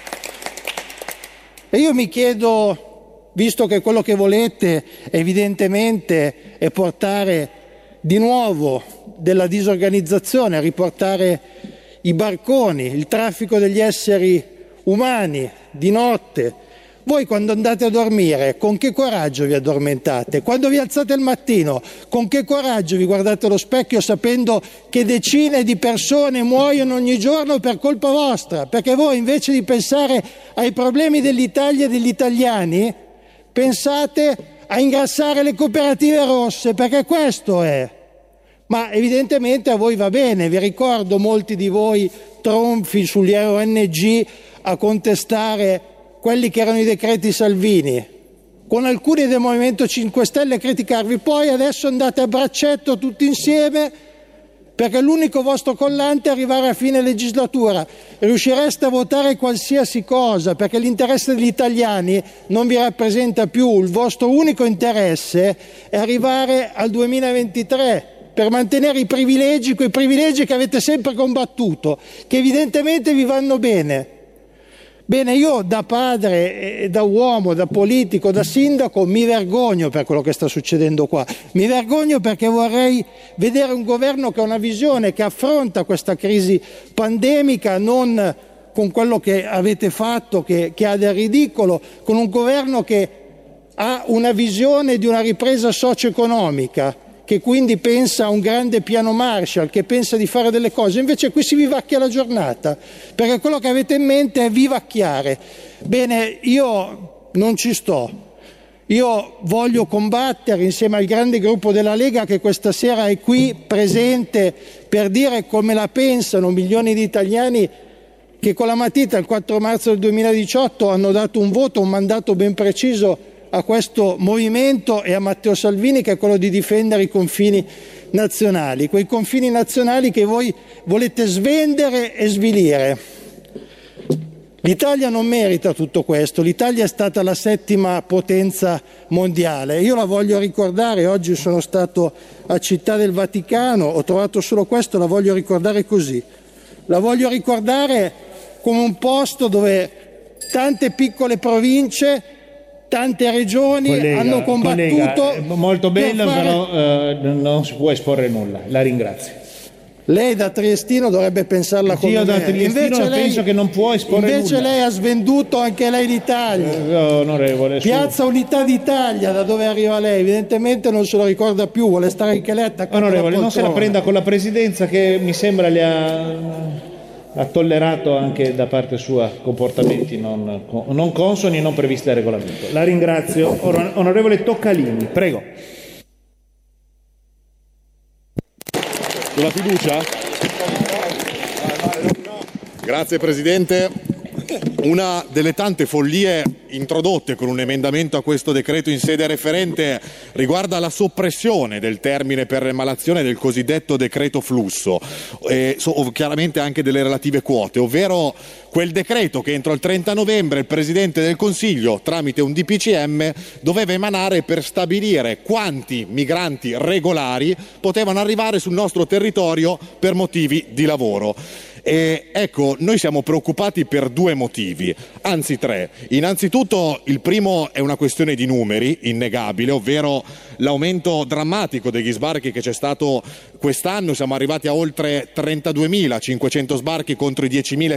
E io mi chiedo, visto che quello che volete evidentemente è portare di nuovo della disorganizzazione, riportare i barconi, il traffico degli esseri umani di notte. Voi quando andate a dormire, con che coraggio vi addormentate? Quando vi alzate al mattino, con che coraggio vi guardate allo specchio sapendo che decine di persone muoiono ogni giorno per colpa vostra? Perché voi, invece di pensare ai problemi dell'Italia e degli italiani, pensate a ingrassare le cooperative rosse, perché questo è. Ma evidentemente a voi va bene. Vi ricordo molti di voi tronfi sugli ONG a contestare quelli che erano i decreti Salvini, con alcuni del Movimento 5 Stelle a criticarvi, poi adesso andate a braccetto tutti insieme perché l'unico vostro collante è arrivare a fine legislatura. Riuscireste a votare qualsiasi cosa perché l'interesse degli italiani non vi rappresenta più. Il vostro unico interesse è arrivare al 2023 per mantenere i privilegi, quei privilegi che avete sempre combattuto, che evidentemente vi vanno bene. Bene, io da padre, da uomo, da politico, da sindaco mi vergogno per quello che sta succedendo qua. Mi vergogno perché vorrei vedere un governo che ha una visione, che affronta questa crisi pandemica non con quello che avete fatto, che ha del ridicolo, con un governo che ha una visione di una ripresa socio-economica, che quindi pensa a un grande piano Marshall, che pensa di fare delle cose. Invece qui si vivacchia la giornata, perché quello che avete in mente è vivacchiare. Bene, io non ci sto. Io voglio combattere insieme al grande gruppo della Lega che questa sera è qui presente per dire come la pensano milioni di italiani che con la matita il 4 marzo del 2018 hanno dato un voto, un mandato ben preciso a questo movimento e a Matteo Salvini, che è quello di difendere i confini nazionali, quei confini nazionali che voi volete svendere e svilire. L'Italia non merita tutto questo, l'Italia è stata la 7ª potenza mondiale. Io la voglio ricordare, oggi sono stato a Città del Vaticano, ho trovato solo questo, la voglio ricordare così. La voglio ricordare come un posto dove tante piccole province, tante regioni hanno combattuto. Molto bello, però non si può esporre nulla. La ringrazio. Lei da triestino dovrebbe pensarla come me. Io da triestino penso che non può esporre nulla. Invece lei ha svenduto anche lei l'Italia. Onorevole, Piazza Unità d'Italia, da dove arriva lei, evidentemente non se lo ricorda più, vuole stare anche lei attaccata. Onorevole, non se la prenda con la Presidenza, che mi sembra le ha tollerato anche da parte sua comportamenti non consoni e non previsti dal regolamento. La ringrazio. Onorevole Toccalini, prego. Sulla fiducia? Grazie Presidente. Una delle tante follie introdotte con un emendamento a questo decreto in sede referente riguarda la soppressione del termine per l'emanazione del cosiddetto decreto flusso, chiaramente anche delle relative quote, ovvero quel decreto che entro il 30 novembre il Presidente del Consiglio, tramite un DPCM, doveva emanare per stabilire quanti migranti regolari potevano arrivare sul nostro territorio per motivi di lavoro. E ecco, noi siamo preoccupati per 2 motivi, anzi 3. Innanzitutto il primo è una questione di numeri, innegabile, ovvero l'aumento drammatico degli sbarchi che c'è stato quest'anno. Siamo arrivati a oltre 32.500 sbarchi contro i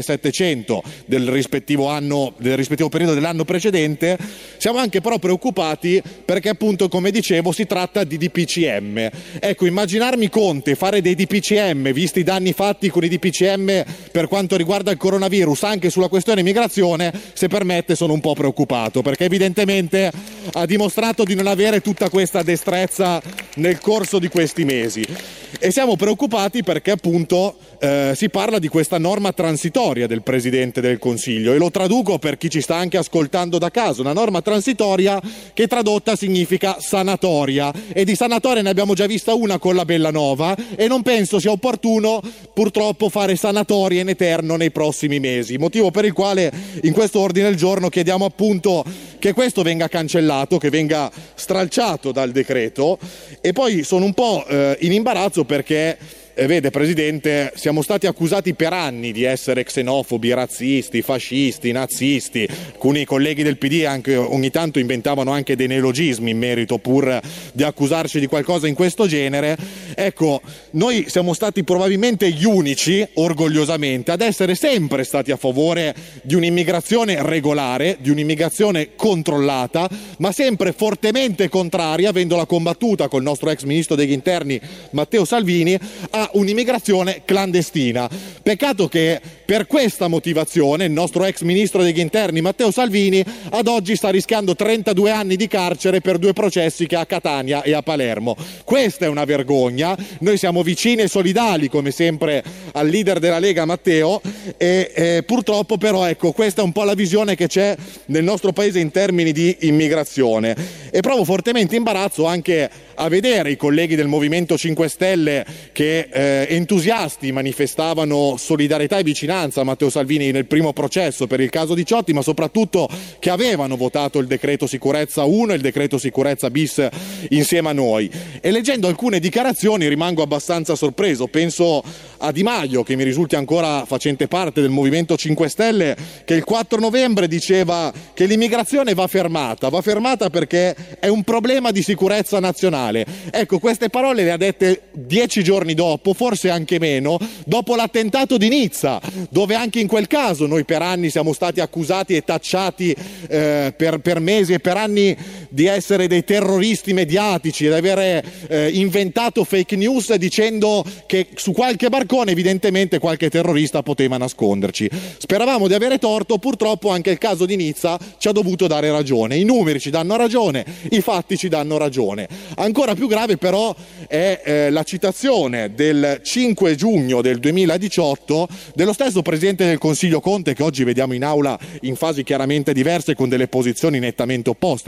10.700 del rispettivo periodo dell'anno precedente. Siamo anche però preoccupati perché appunto, come dicevo, si tratta di DPCM. Ecco, immaginarmi Conte fare dei DPCM, visti i danni fatti con i DPCM per quanto riguarda il coronavirus, anche sulla questione migrazione, se permette sono un po' preoccupato, perché evidentemente ha dimostrato di non avere tutta questa destrezza nel corso di questi mesi. E siamo preoccupati perché appunto si parla di questa norma transitoria del Presidente del Consiglio, e lo traduco per chi ci sta anche ascoltando da casa: una norma transitoria che tradotta significa sanatoria, e di sanatoria ne abbiamo già vista una con la Bellanova, e non penso sia opportuno purtroppo fare sanatorie in eterno nei prossimi mesi, motivo per il quale in questo ordine del giorno chiediamo appunto che questo venga cancellato, che venga stralciato dal decreto. E poi sono un po' in imbarazzo perché vede Presidente, siamo stati accusati per anni di essere xenofobi, razzisti, fascisti, nazisti. Alcuni colleghi del PD anche ogni tanto inventavano anche dei neologismi in merito, pur di accusarci di qualcosa in questo genere. Ecco, noi siamo stati probabilmente gli unici, orgogliosamente, ad essere sempre stati a favore di un'immigrazione regolare, di un'immigrazione controllata, ma sempre fortemente contraria, avendola combattuta col nostro ex ministro degli interni Matteo Salvini, a un'immigrazione clandestina. Peccato che per questa motivazione il nostro ex ministro degli interni Matteo Salvini ad oggi sta rischiando 32 anni di carcere per 2 processi che ha a Catania e a Palermo. Questa è una vergogna. Noi siamo vicini e solidali come sempre al leader della Lega Matteo, e purtroppo però ecco, questa è un po' la visione che c'è nel nostro paese in termini di immigrazione. E provo fortemente imbarazzo anche a vedere i colleghi del Movimento 5 Stelle che entusiasti manifestavano solidarietà e vicinanza a Matteo Salvini nel primo processo per il caso Diciotti, ma soprattutto che avevano votato il decreto sicurezza 1 e il decreto sicurezza bis insieme a noi. E leggendo alcune dichiarazioni rimango abbastanza sorpreso. Penso a Di Maio, che mi risulti ancora facente parte del Movimento 5 Stelle, che il 4 novembre diceva che l'immigrazione va fermata perché è un problema di sicurezza nazionale. Ecco, queste parole le ha dette 10 giorni dopo, forse anche meno, dopo l'attentato di Nizza, dove anche in quel caso noi per anni siamo stati accusati e tacciati per mesi e per anni di essere dei terroristi mediatici, di avere inventato fake news dicendo che su qualche barcone evidentemente qualche terrorista poteva nasconderci. Speravamo di avere torto, purtroppo anche il caso di Nizza ci ha dovuto dare ragione. I numeri ci danno ragione, i fatti ci danno ragione. Ancora più grave però è la citazione del 5 giugno del 2018 dello stesso Presidente del Consiglio Conte, che oggi vediamo in aula in fasi chiaramente diverse con delle posizioni nettamente opposte rispetto al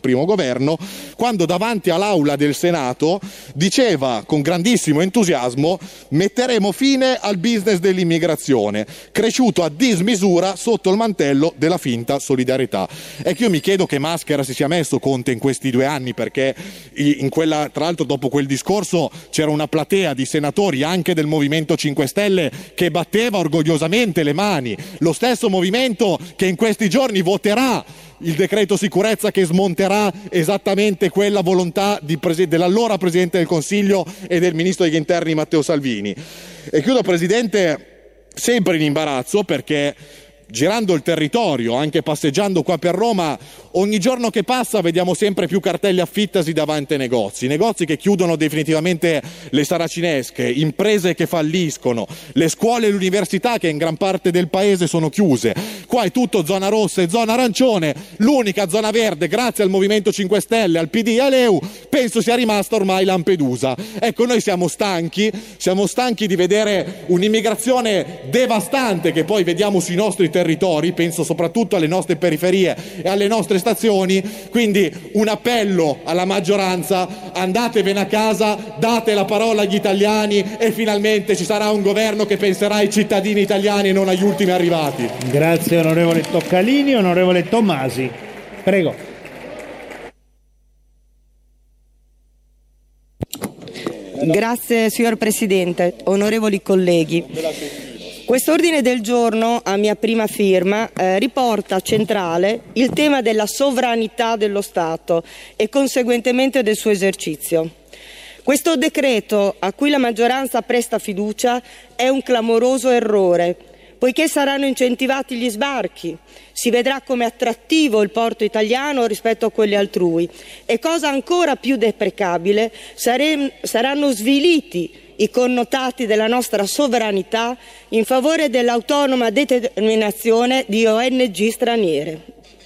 primo governo, quando davanti all'aula del Senato diceva con grandissimo entusiasmo: metteremo fine al business dell'immigrazione, cresciuto a dismisura sotto il mantello della finta solidarietà. E che io mi chiedo che maschera si sia messo Conte in questi 2 anni, perché tra l'altro dopo quel discorso c'era una platea di senatori anche del Movimento 5 Stelle che batteva orgogliosamente le mani, lo stesso movimento che in questi giorni voterà il decreto sicurezza che smonterà esattamente quella volontà dell'allora Presidente del Consiglio e del Ministro degli Interni Matteo Salvini. E chiudo, Presidente, sempre in imbarazzo, perché girando il territorio, anche passeggiando qua per Roma, ogni giorno che passa vediamo sempre più cartelli affittasi davanti ai negozi che chiudono definitivamente le saracinesche, imprese che falliscono, le scuole e le università che in gran parte del paese sono chiuse. Qua è tutto zona rossa e zona arancione, l'unica zona verde, grazie al Movimento 5 Stelle, al PD e all'EU, penso sia rimasta ormai Lampedusa. Ecco, noi siamo stanchi di vedere un'immigrazione devastante che poi vediamo sui nostri territori, penso soprattutto alle nostre periferie e alle nostre stazioni. Quindi un appello alla maggioranza: andatevene a casa, date la parola agli italiani e finalmente ci sarà un governo che penserà ai cittadini italiani e non agli ultimi arrivati. Grazie onorevole Toccalini. Onorevole Tommasi, prego. Grazie signor Presidente, onorevoli colleghi. Quest'ordine del giorno, a mia prima firma, riporta centrale il tema della sovranità dello Stato e conseguentemente del suo esercizio. Questo decreto, a cui la maggioranza presta fiducia, è un clamoroso errore, poiché saranno incentivati gli sbarchi, si vedrà come attrattivo il porto italiano rispetto a quelli altrui e, cosa ancora più deprecabile, saranno sviliti i connotati della nostra sovranità in favore dell'autonoma determinazione di ONG straniere.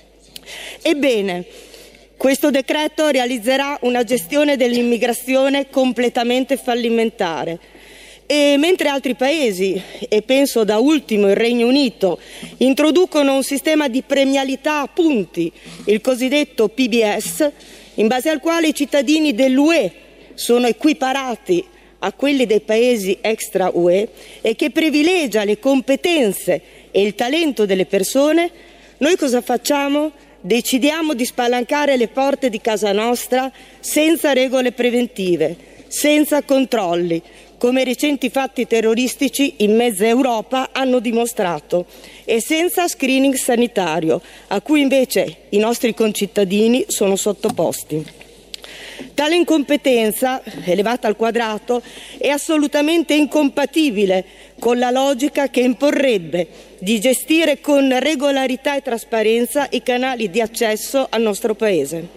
Ebbene, questo decreto realizzerà una gestione dell'immigrazione completamente fallimentare. E mentre altri paesi, e penso da ultimo il Regno Unito, introducono un sistema di premialità a punti, il cosiddetto PBS, in base al quale i cittadini dell'UE sono equiparati a quelli dei paesi extra UE e che privilegia le competenze e il talento delle persone, noi cosa facciamo? Decidiamo di spalancare le porte di casa nostra senza regole preventive, senza controlli, come i recenti fatti terroristici in mezza Europa hanno dimostrato, e senza screening sanitario, a cui invece i nostri concittadini sono sottoposti. Tale incompetenza, elevata al quadrato, è assolutamente incompatibile con la logica che imporrebbe di gestire con regolarità e trasparenza i canali di accesso al nostro Paese.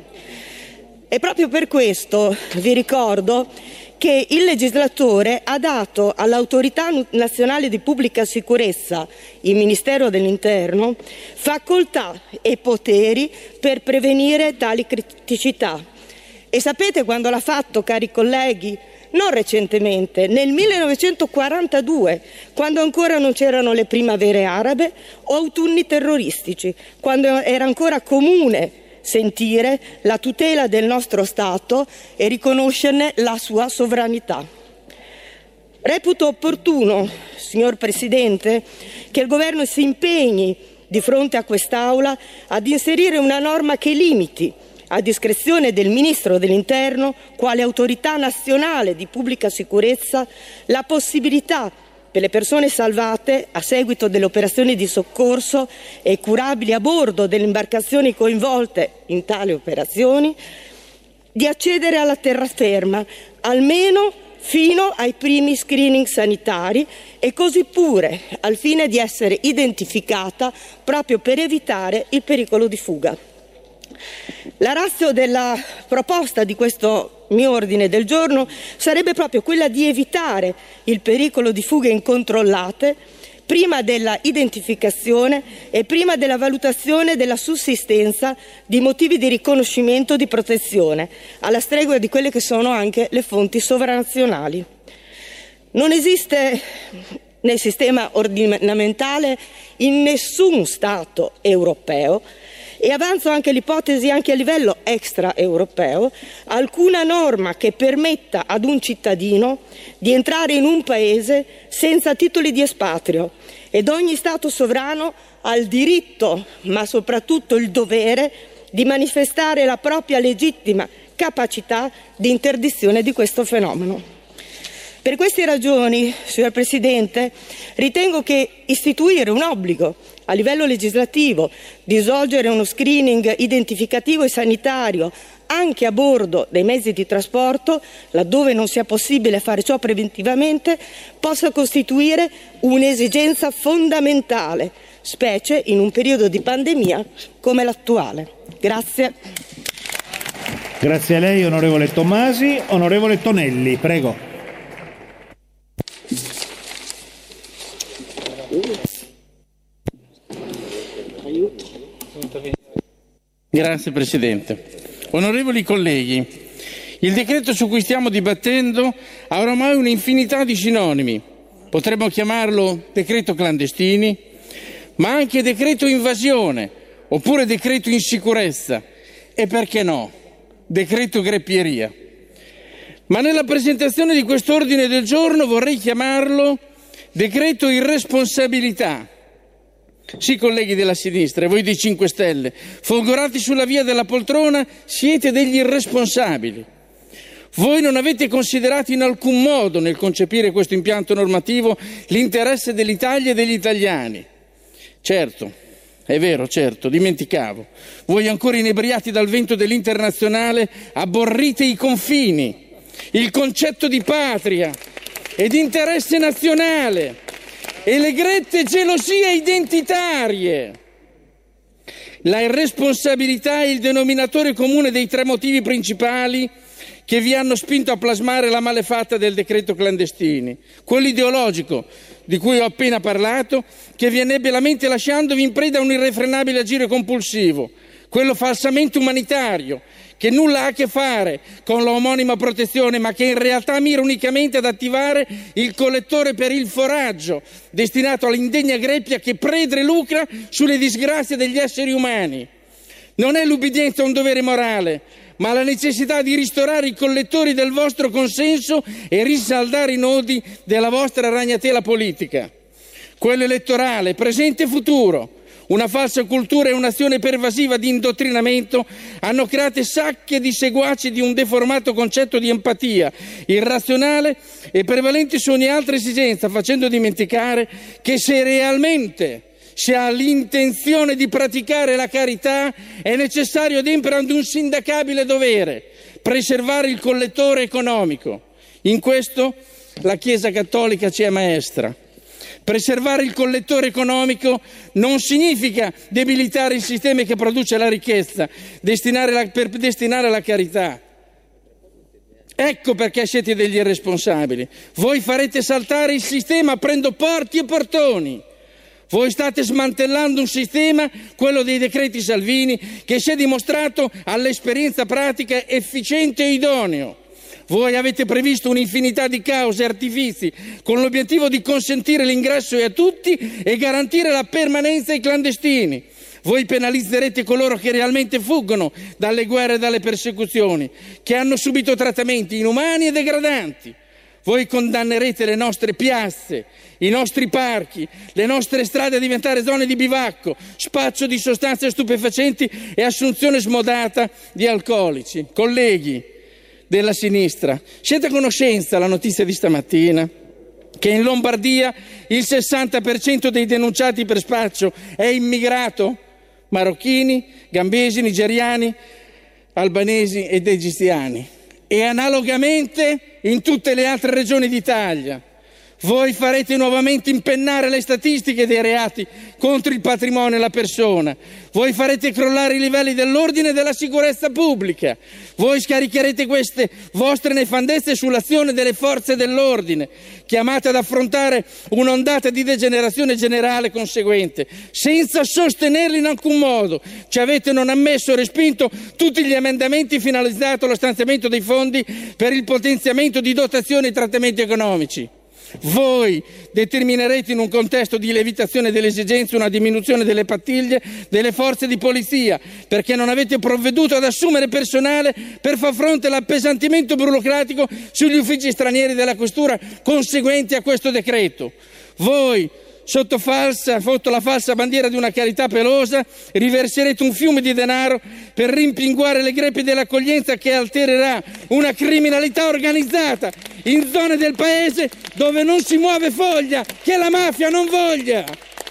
E proprio per questo vi ricordo che il legislatore ha dato all'Autorità Nazionale di Pubblica Sicurezza, il Ministero dell'Interno, facoltà e poteri per prevenire tali criticità. E sapete quando l'ha fatto, cari colleghi? Non recentemente, nel 1942, quando ancora non c'erano le primavere arabe o autunni terroristici, quando era ancora comune sentire la tutela del nostro Stato e riconoscerne la sua sovranità. Reputo opportuno, signor Presidente, che il Governo si impegni di fronte a quest'Aula ad inserire una norma che limiti, a discrezione del Ministro dell'Interno, quale autorità nazionale di pubblica sicurezza, la possibilità per le persone salvate a seguito delle operazioni di soccorso e curabili a bordo delle imbarcazioni coinvolte in tali operazioni di accedere alla terraferma, almeno fino ai primi screening sanitari, e così pure al fine di essere identificata proprio per evitare il pericolo di fuga. La ratio della proposta di questo mio ordine del giorno sarebbe proprio quella di evitare il pericolo di fughe incontrollate prima della identificazione e prima della valutazione della sussistenza di motivi di riconoscimento di protezione, alla stregua di quelle che sono anche le fonti sovranazionali. Non esiste nel sistema ordinamentale in nessun Stato europeo, e avanzo anche l'ipotesi anche a livello extraeuropeo, alcuna norma che permetta ad un cittadino di entrare in un paese senza titoli di espatrio, ed ogni Stato sovrano ha il diritto, ma soprattutto il dovere, di manifestare la propria legittima capacità di interdizione di questo fenomeno. Per queste ragioni, signor Presidente, ritengo che istituire un obbligo a livello legislativo di svolgere uno screening identificativo e sanitario anche a bordo dei mezzi di trasporto, laddove non sia possibile fare ciò preventivamente, possa costituire un'esigenza fondamentale, specie in un periodo di pandemia come l'attuale. Grazie. Grazie a lei, onorevole Tommasi. Onorevole Tonelli, prego. Grazie Presidente. Onorevoli colleghi, il decreto su cui stiamo dibattendo ha oramai un'infinità di sinonimi. Potremmo chiamarlo decreto clandestini, ma anche decreto invasione, oppure decreto insicurezza e, perché no, decreto greppieria. Ma nella presentazione di quest'ordine del giorno vorrei chiamarlo decreto irresponsabilità. Sì, colleghi della sinistra e voi dei 5 Stelle, folgorati sulla via della poltrona, siete degli irresponsabili. Voi non avete considerato in alcun modo, nel concepire questo impianto normativo, l'interesse dell'Italia e degli italiani. Certo, è vero, certo, dimenticavo. Voi ancora inebriati dal vento dell'internazionale aborrite i confini, il concetto di patria e di interesse nazionale e le grette gelosie identitarie. La irresponsabilità è il denominatore comune dei 3 motivi principali che vi hanno spinto a plasmare la malefatta del decreto clandestini. Quello ideologico, di cui ho appena parlato, che vi annebbe la mente lasciandovi in preda a un irrefrenabile agire compulsivo. Quello falsamente umanitario, che nulla ha a che fare con l'omonima protezione, ma che in realtà mira unicamente ad attivare il collettore per il foraggio, destinato all'indegna greppia che prede e lucra sulle disgrazie degli esseri umani. Non è l'ubbidienza un dovere morale, ma la necessità di ristorare i collettori del vostro consenso e rinsaldare i nodi della vostra ragnatela politica. Quello elettorale, presente e futuro. Una falsa cultura e un'azione pervasiva di indottrinamento hanno creato sacche di seguaci di un deformato concetto di empatia, irrazionale e prevalente su ogni altra esigenza, facendo dimenticare che se realmente si ha l'intenzione di praticare la carità è necessario adempiere ad un sindacabile dovere, preservare il collettore economico. In questo la Chiesa Cattolica ci è maestra. Preservare il collettore economico non significa debilitare il sistema che produce la ricchezza, per destinare la carità. Ecco perché siete degli irresponsabili. Voi farete saltare il sistema aprendo porti e portoni. Voi state smantellando un sistema, quello dei decreti Salvini, che si è dimostrato all'esperienza pratica efficiente e idoneo. Voi avete previsto un'infinità di cause e artifici con l'obiettivo di consentire l'ingresso a tutti e garantire la permanenza ai clandestini. Voi penalizzerete coloro che realmente fuggono dalle guerre e dalle persecuzioni, che hanno subito trattamenti inumani e degradanti. Voi condannerete le nostre piazze, i nostri parchi, le nostre strade a diventare zone di bivacco, spaccio di sostanze stupefacenti e assunzione smodata di alcolici. Colleghi della sinistra, siete a conoscenza della notizia di stamattina che in Lombardia il 60% dei denunciati per spaccio è immigrato? Marocchini, gambesi, nigeriani, albanesi ed egiziani. E analogamente in tutte le altre regioni d'Italia. Voi farete nuovamente impennare le statistiche dei reati contro il patrimonio e la persona. Voi farete crollare i livelli dell'ordine e della sicurezza pubblica. Voi scaricherete queste vostre nefandezze sull'azione delle forze dell'ordine, chiamate ad affrontare un'ondata di degenerazione generale conseguente, senza sostenerli in alcun modo. Ci avete non ammesso o respinto tutti gli emendamenti finalizzati allo stanziamento dei fondi per il potenziamento di dotazioni e trattamenti economici. Voi determinerete in un contesto di lievitazione delle esigenze una diminuzione delle pattuglie delle forze di polizia, perché non avete provveduto ad assumere personale per far fronte all'appesantimento burocratico sugli uffici stranieri della questura conseguenti a questo decreto. Voi, sotto la falsa bandiera di una carità pelosa, riverserete un fiume di denaro per rimpinguare le grepe dell'accoglienza che altererà una criminalità organizzata in zone del paese dove non si muove foglia che la mafia non voglia.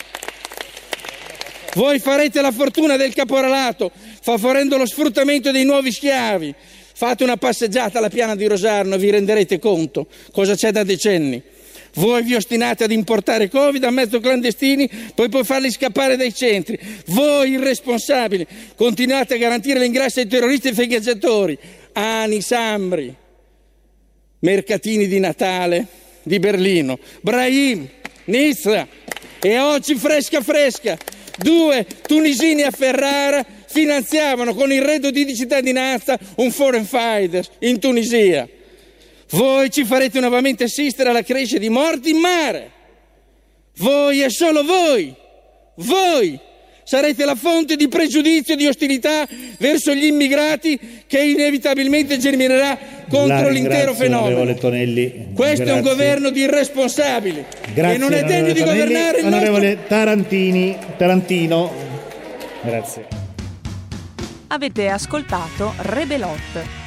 Voi farete la fortuna del caporalato, favorendo lo sfruttamento dei nuovi schiavi. Fate una passeggiata alla Piana di Rosarno e vi renderete conto cosa c'è da decenni. Voi vi ostinate ad importare Covid a mezzo clandestini, poi farli scappare dai centri. Voi irresponsabili continuate a garantire l'ingresso ai terroristi e fegaggiatori. Ani, Sambri, mercatini di Natale di Berlino, Brahim, Nizza e oggi fresca 2 tunisini a Ferrara finanziavano con il reddito di cittadinanza un foreign fighter in Tunisia. Voi ci farete nuovamente assistere alla crescita di morti in mare. Voi e solo voi sarete la fonte di pregiudizio e di ostilità verso gli immigrati che inevitabilmente germinerà contro l'intero fenomeno. Tonelli. Questo è un governo di irresponsabili che non è degno di governare il onorevole Tarantino. Grazie. Avete ascoltato Rebelot.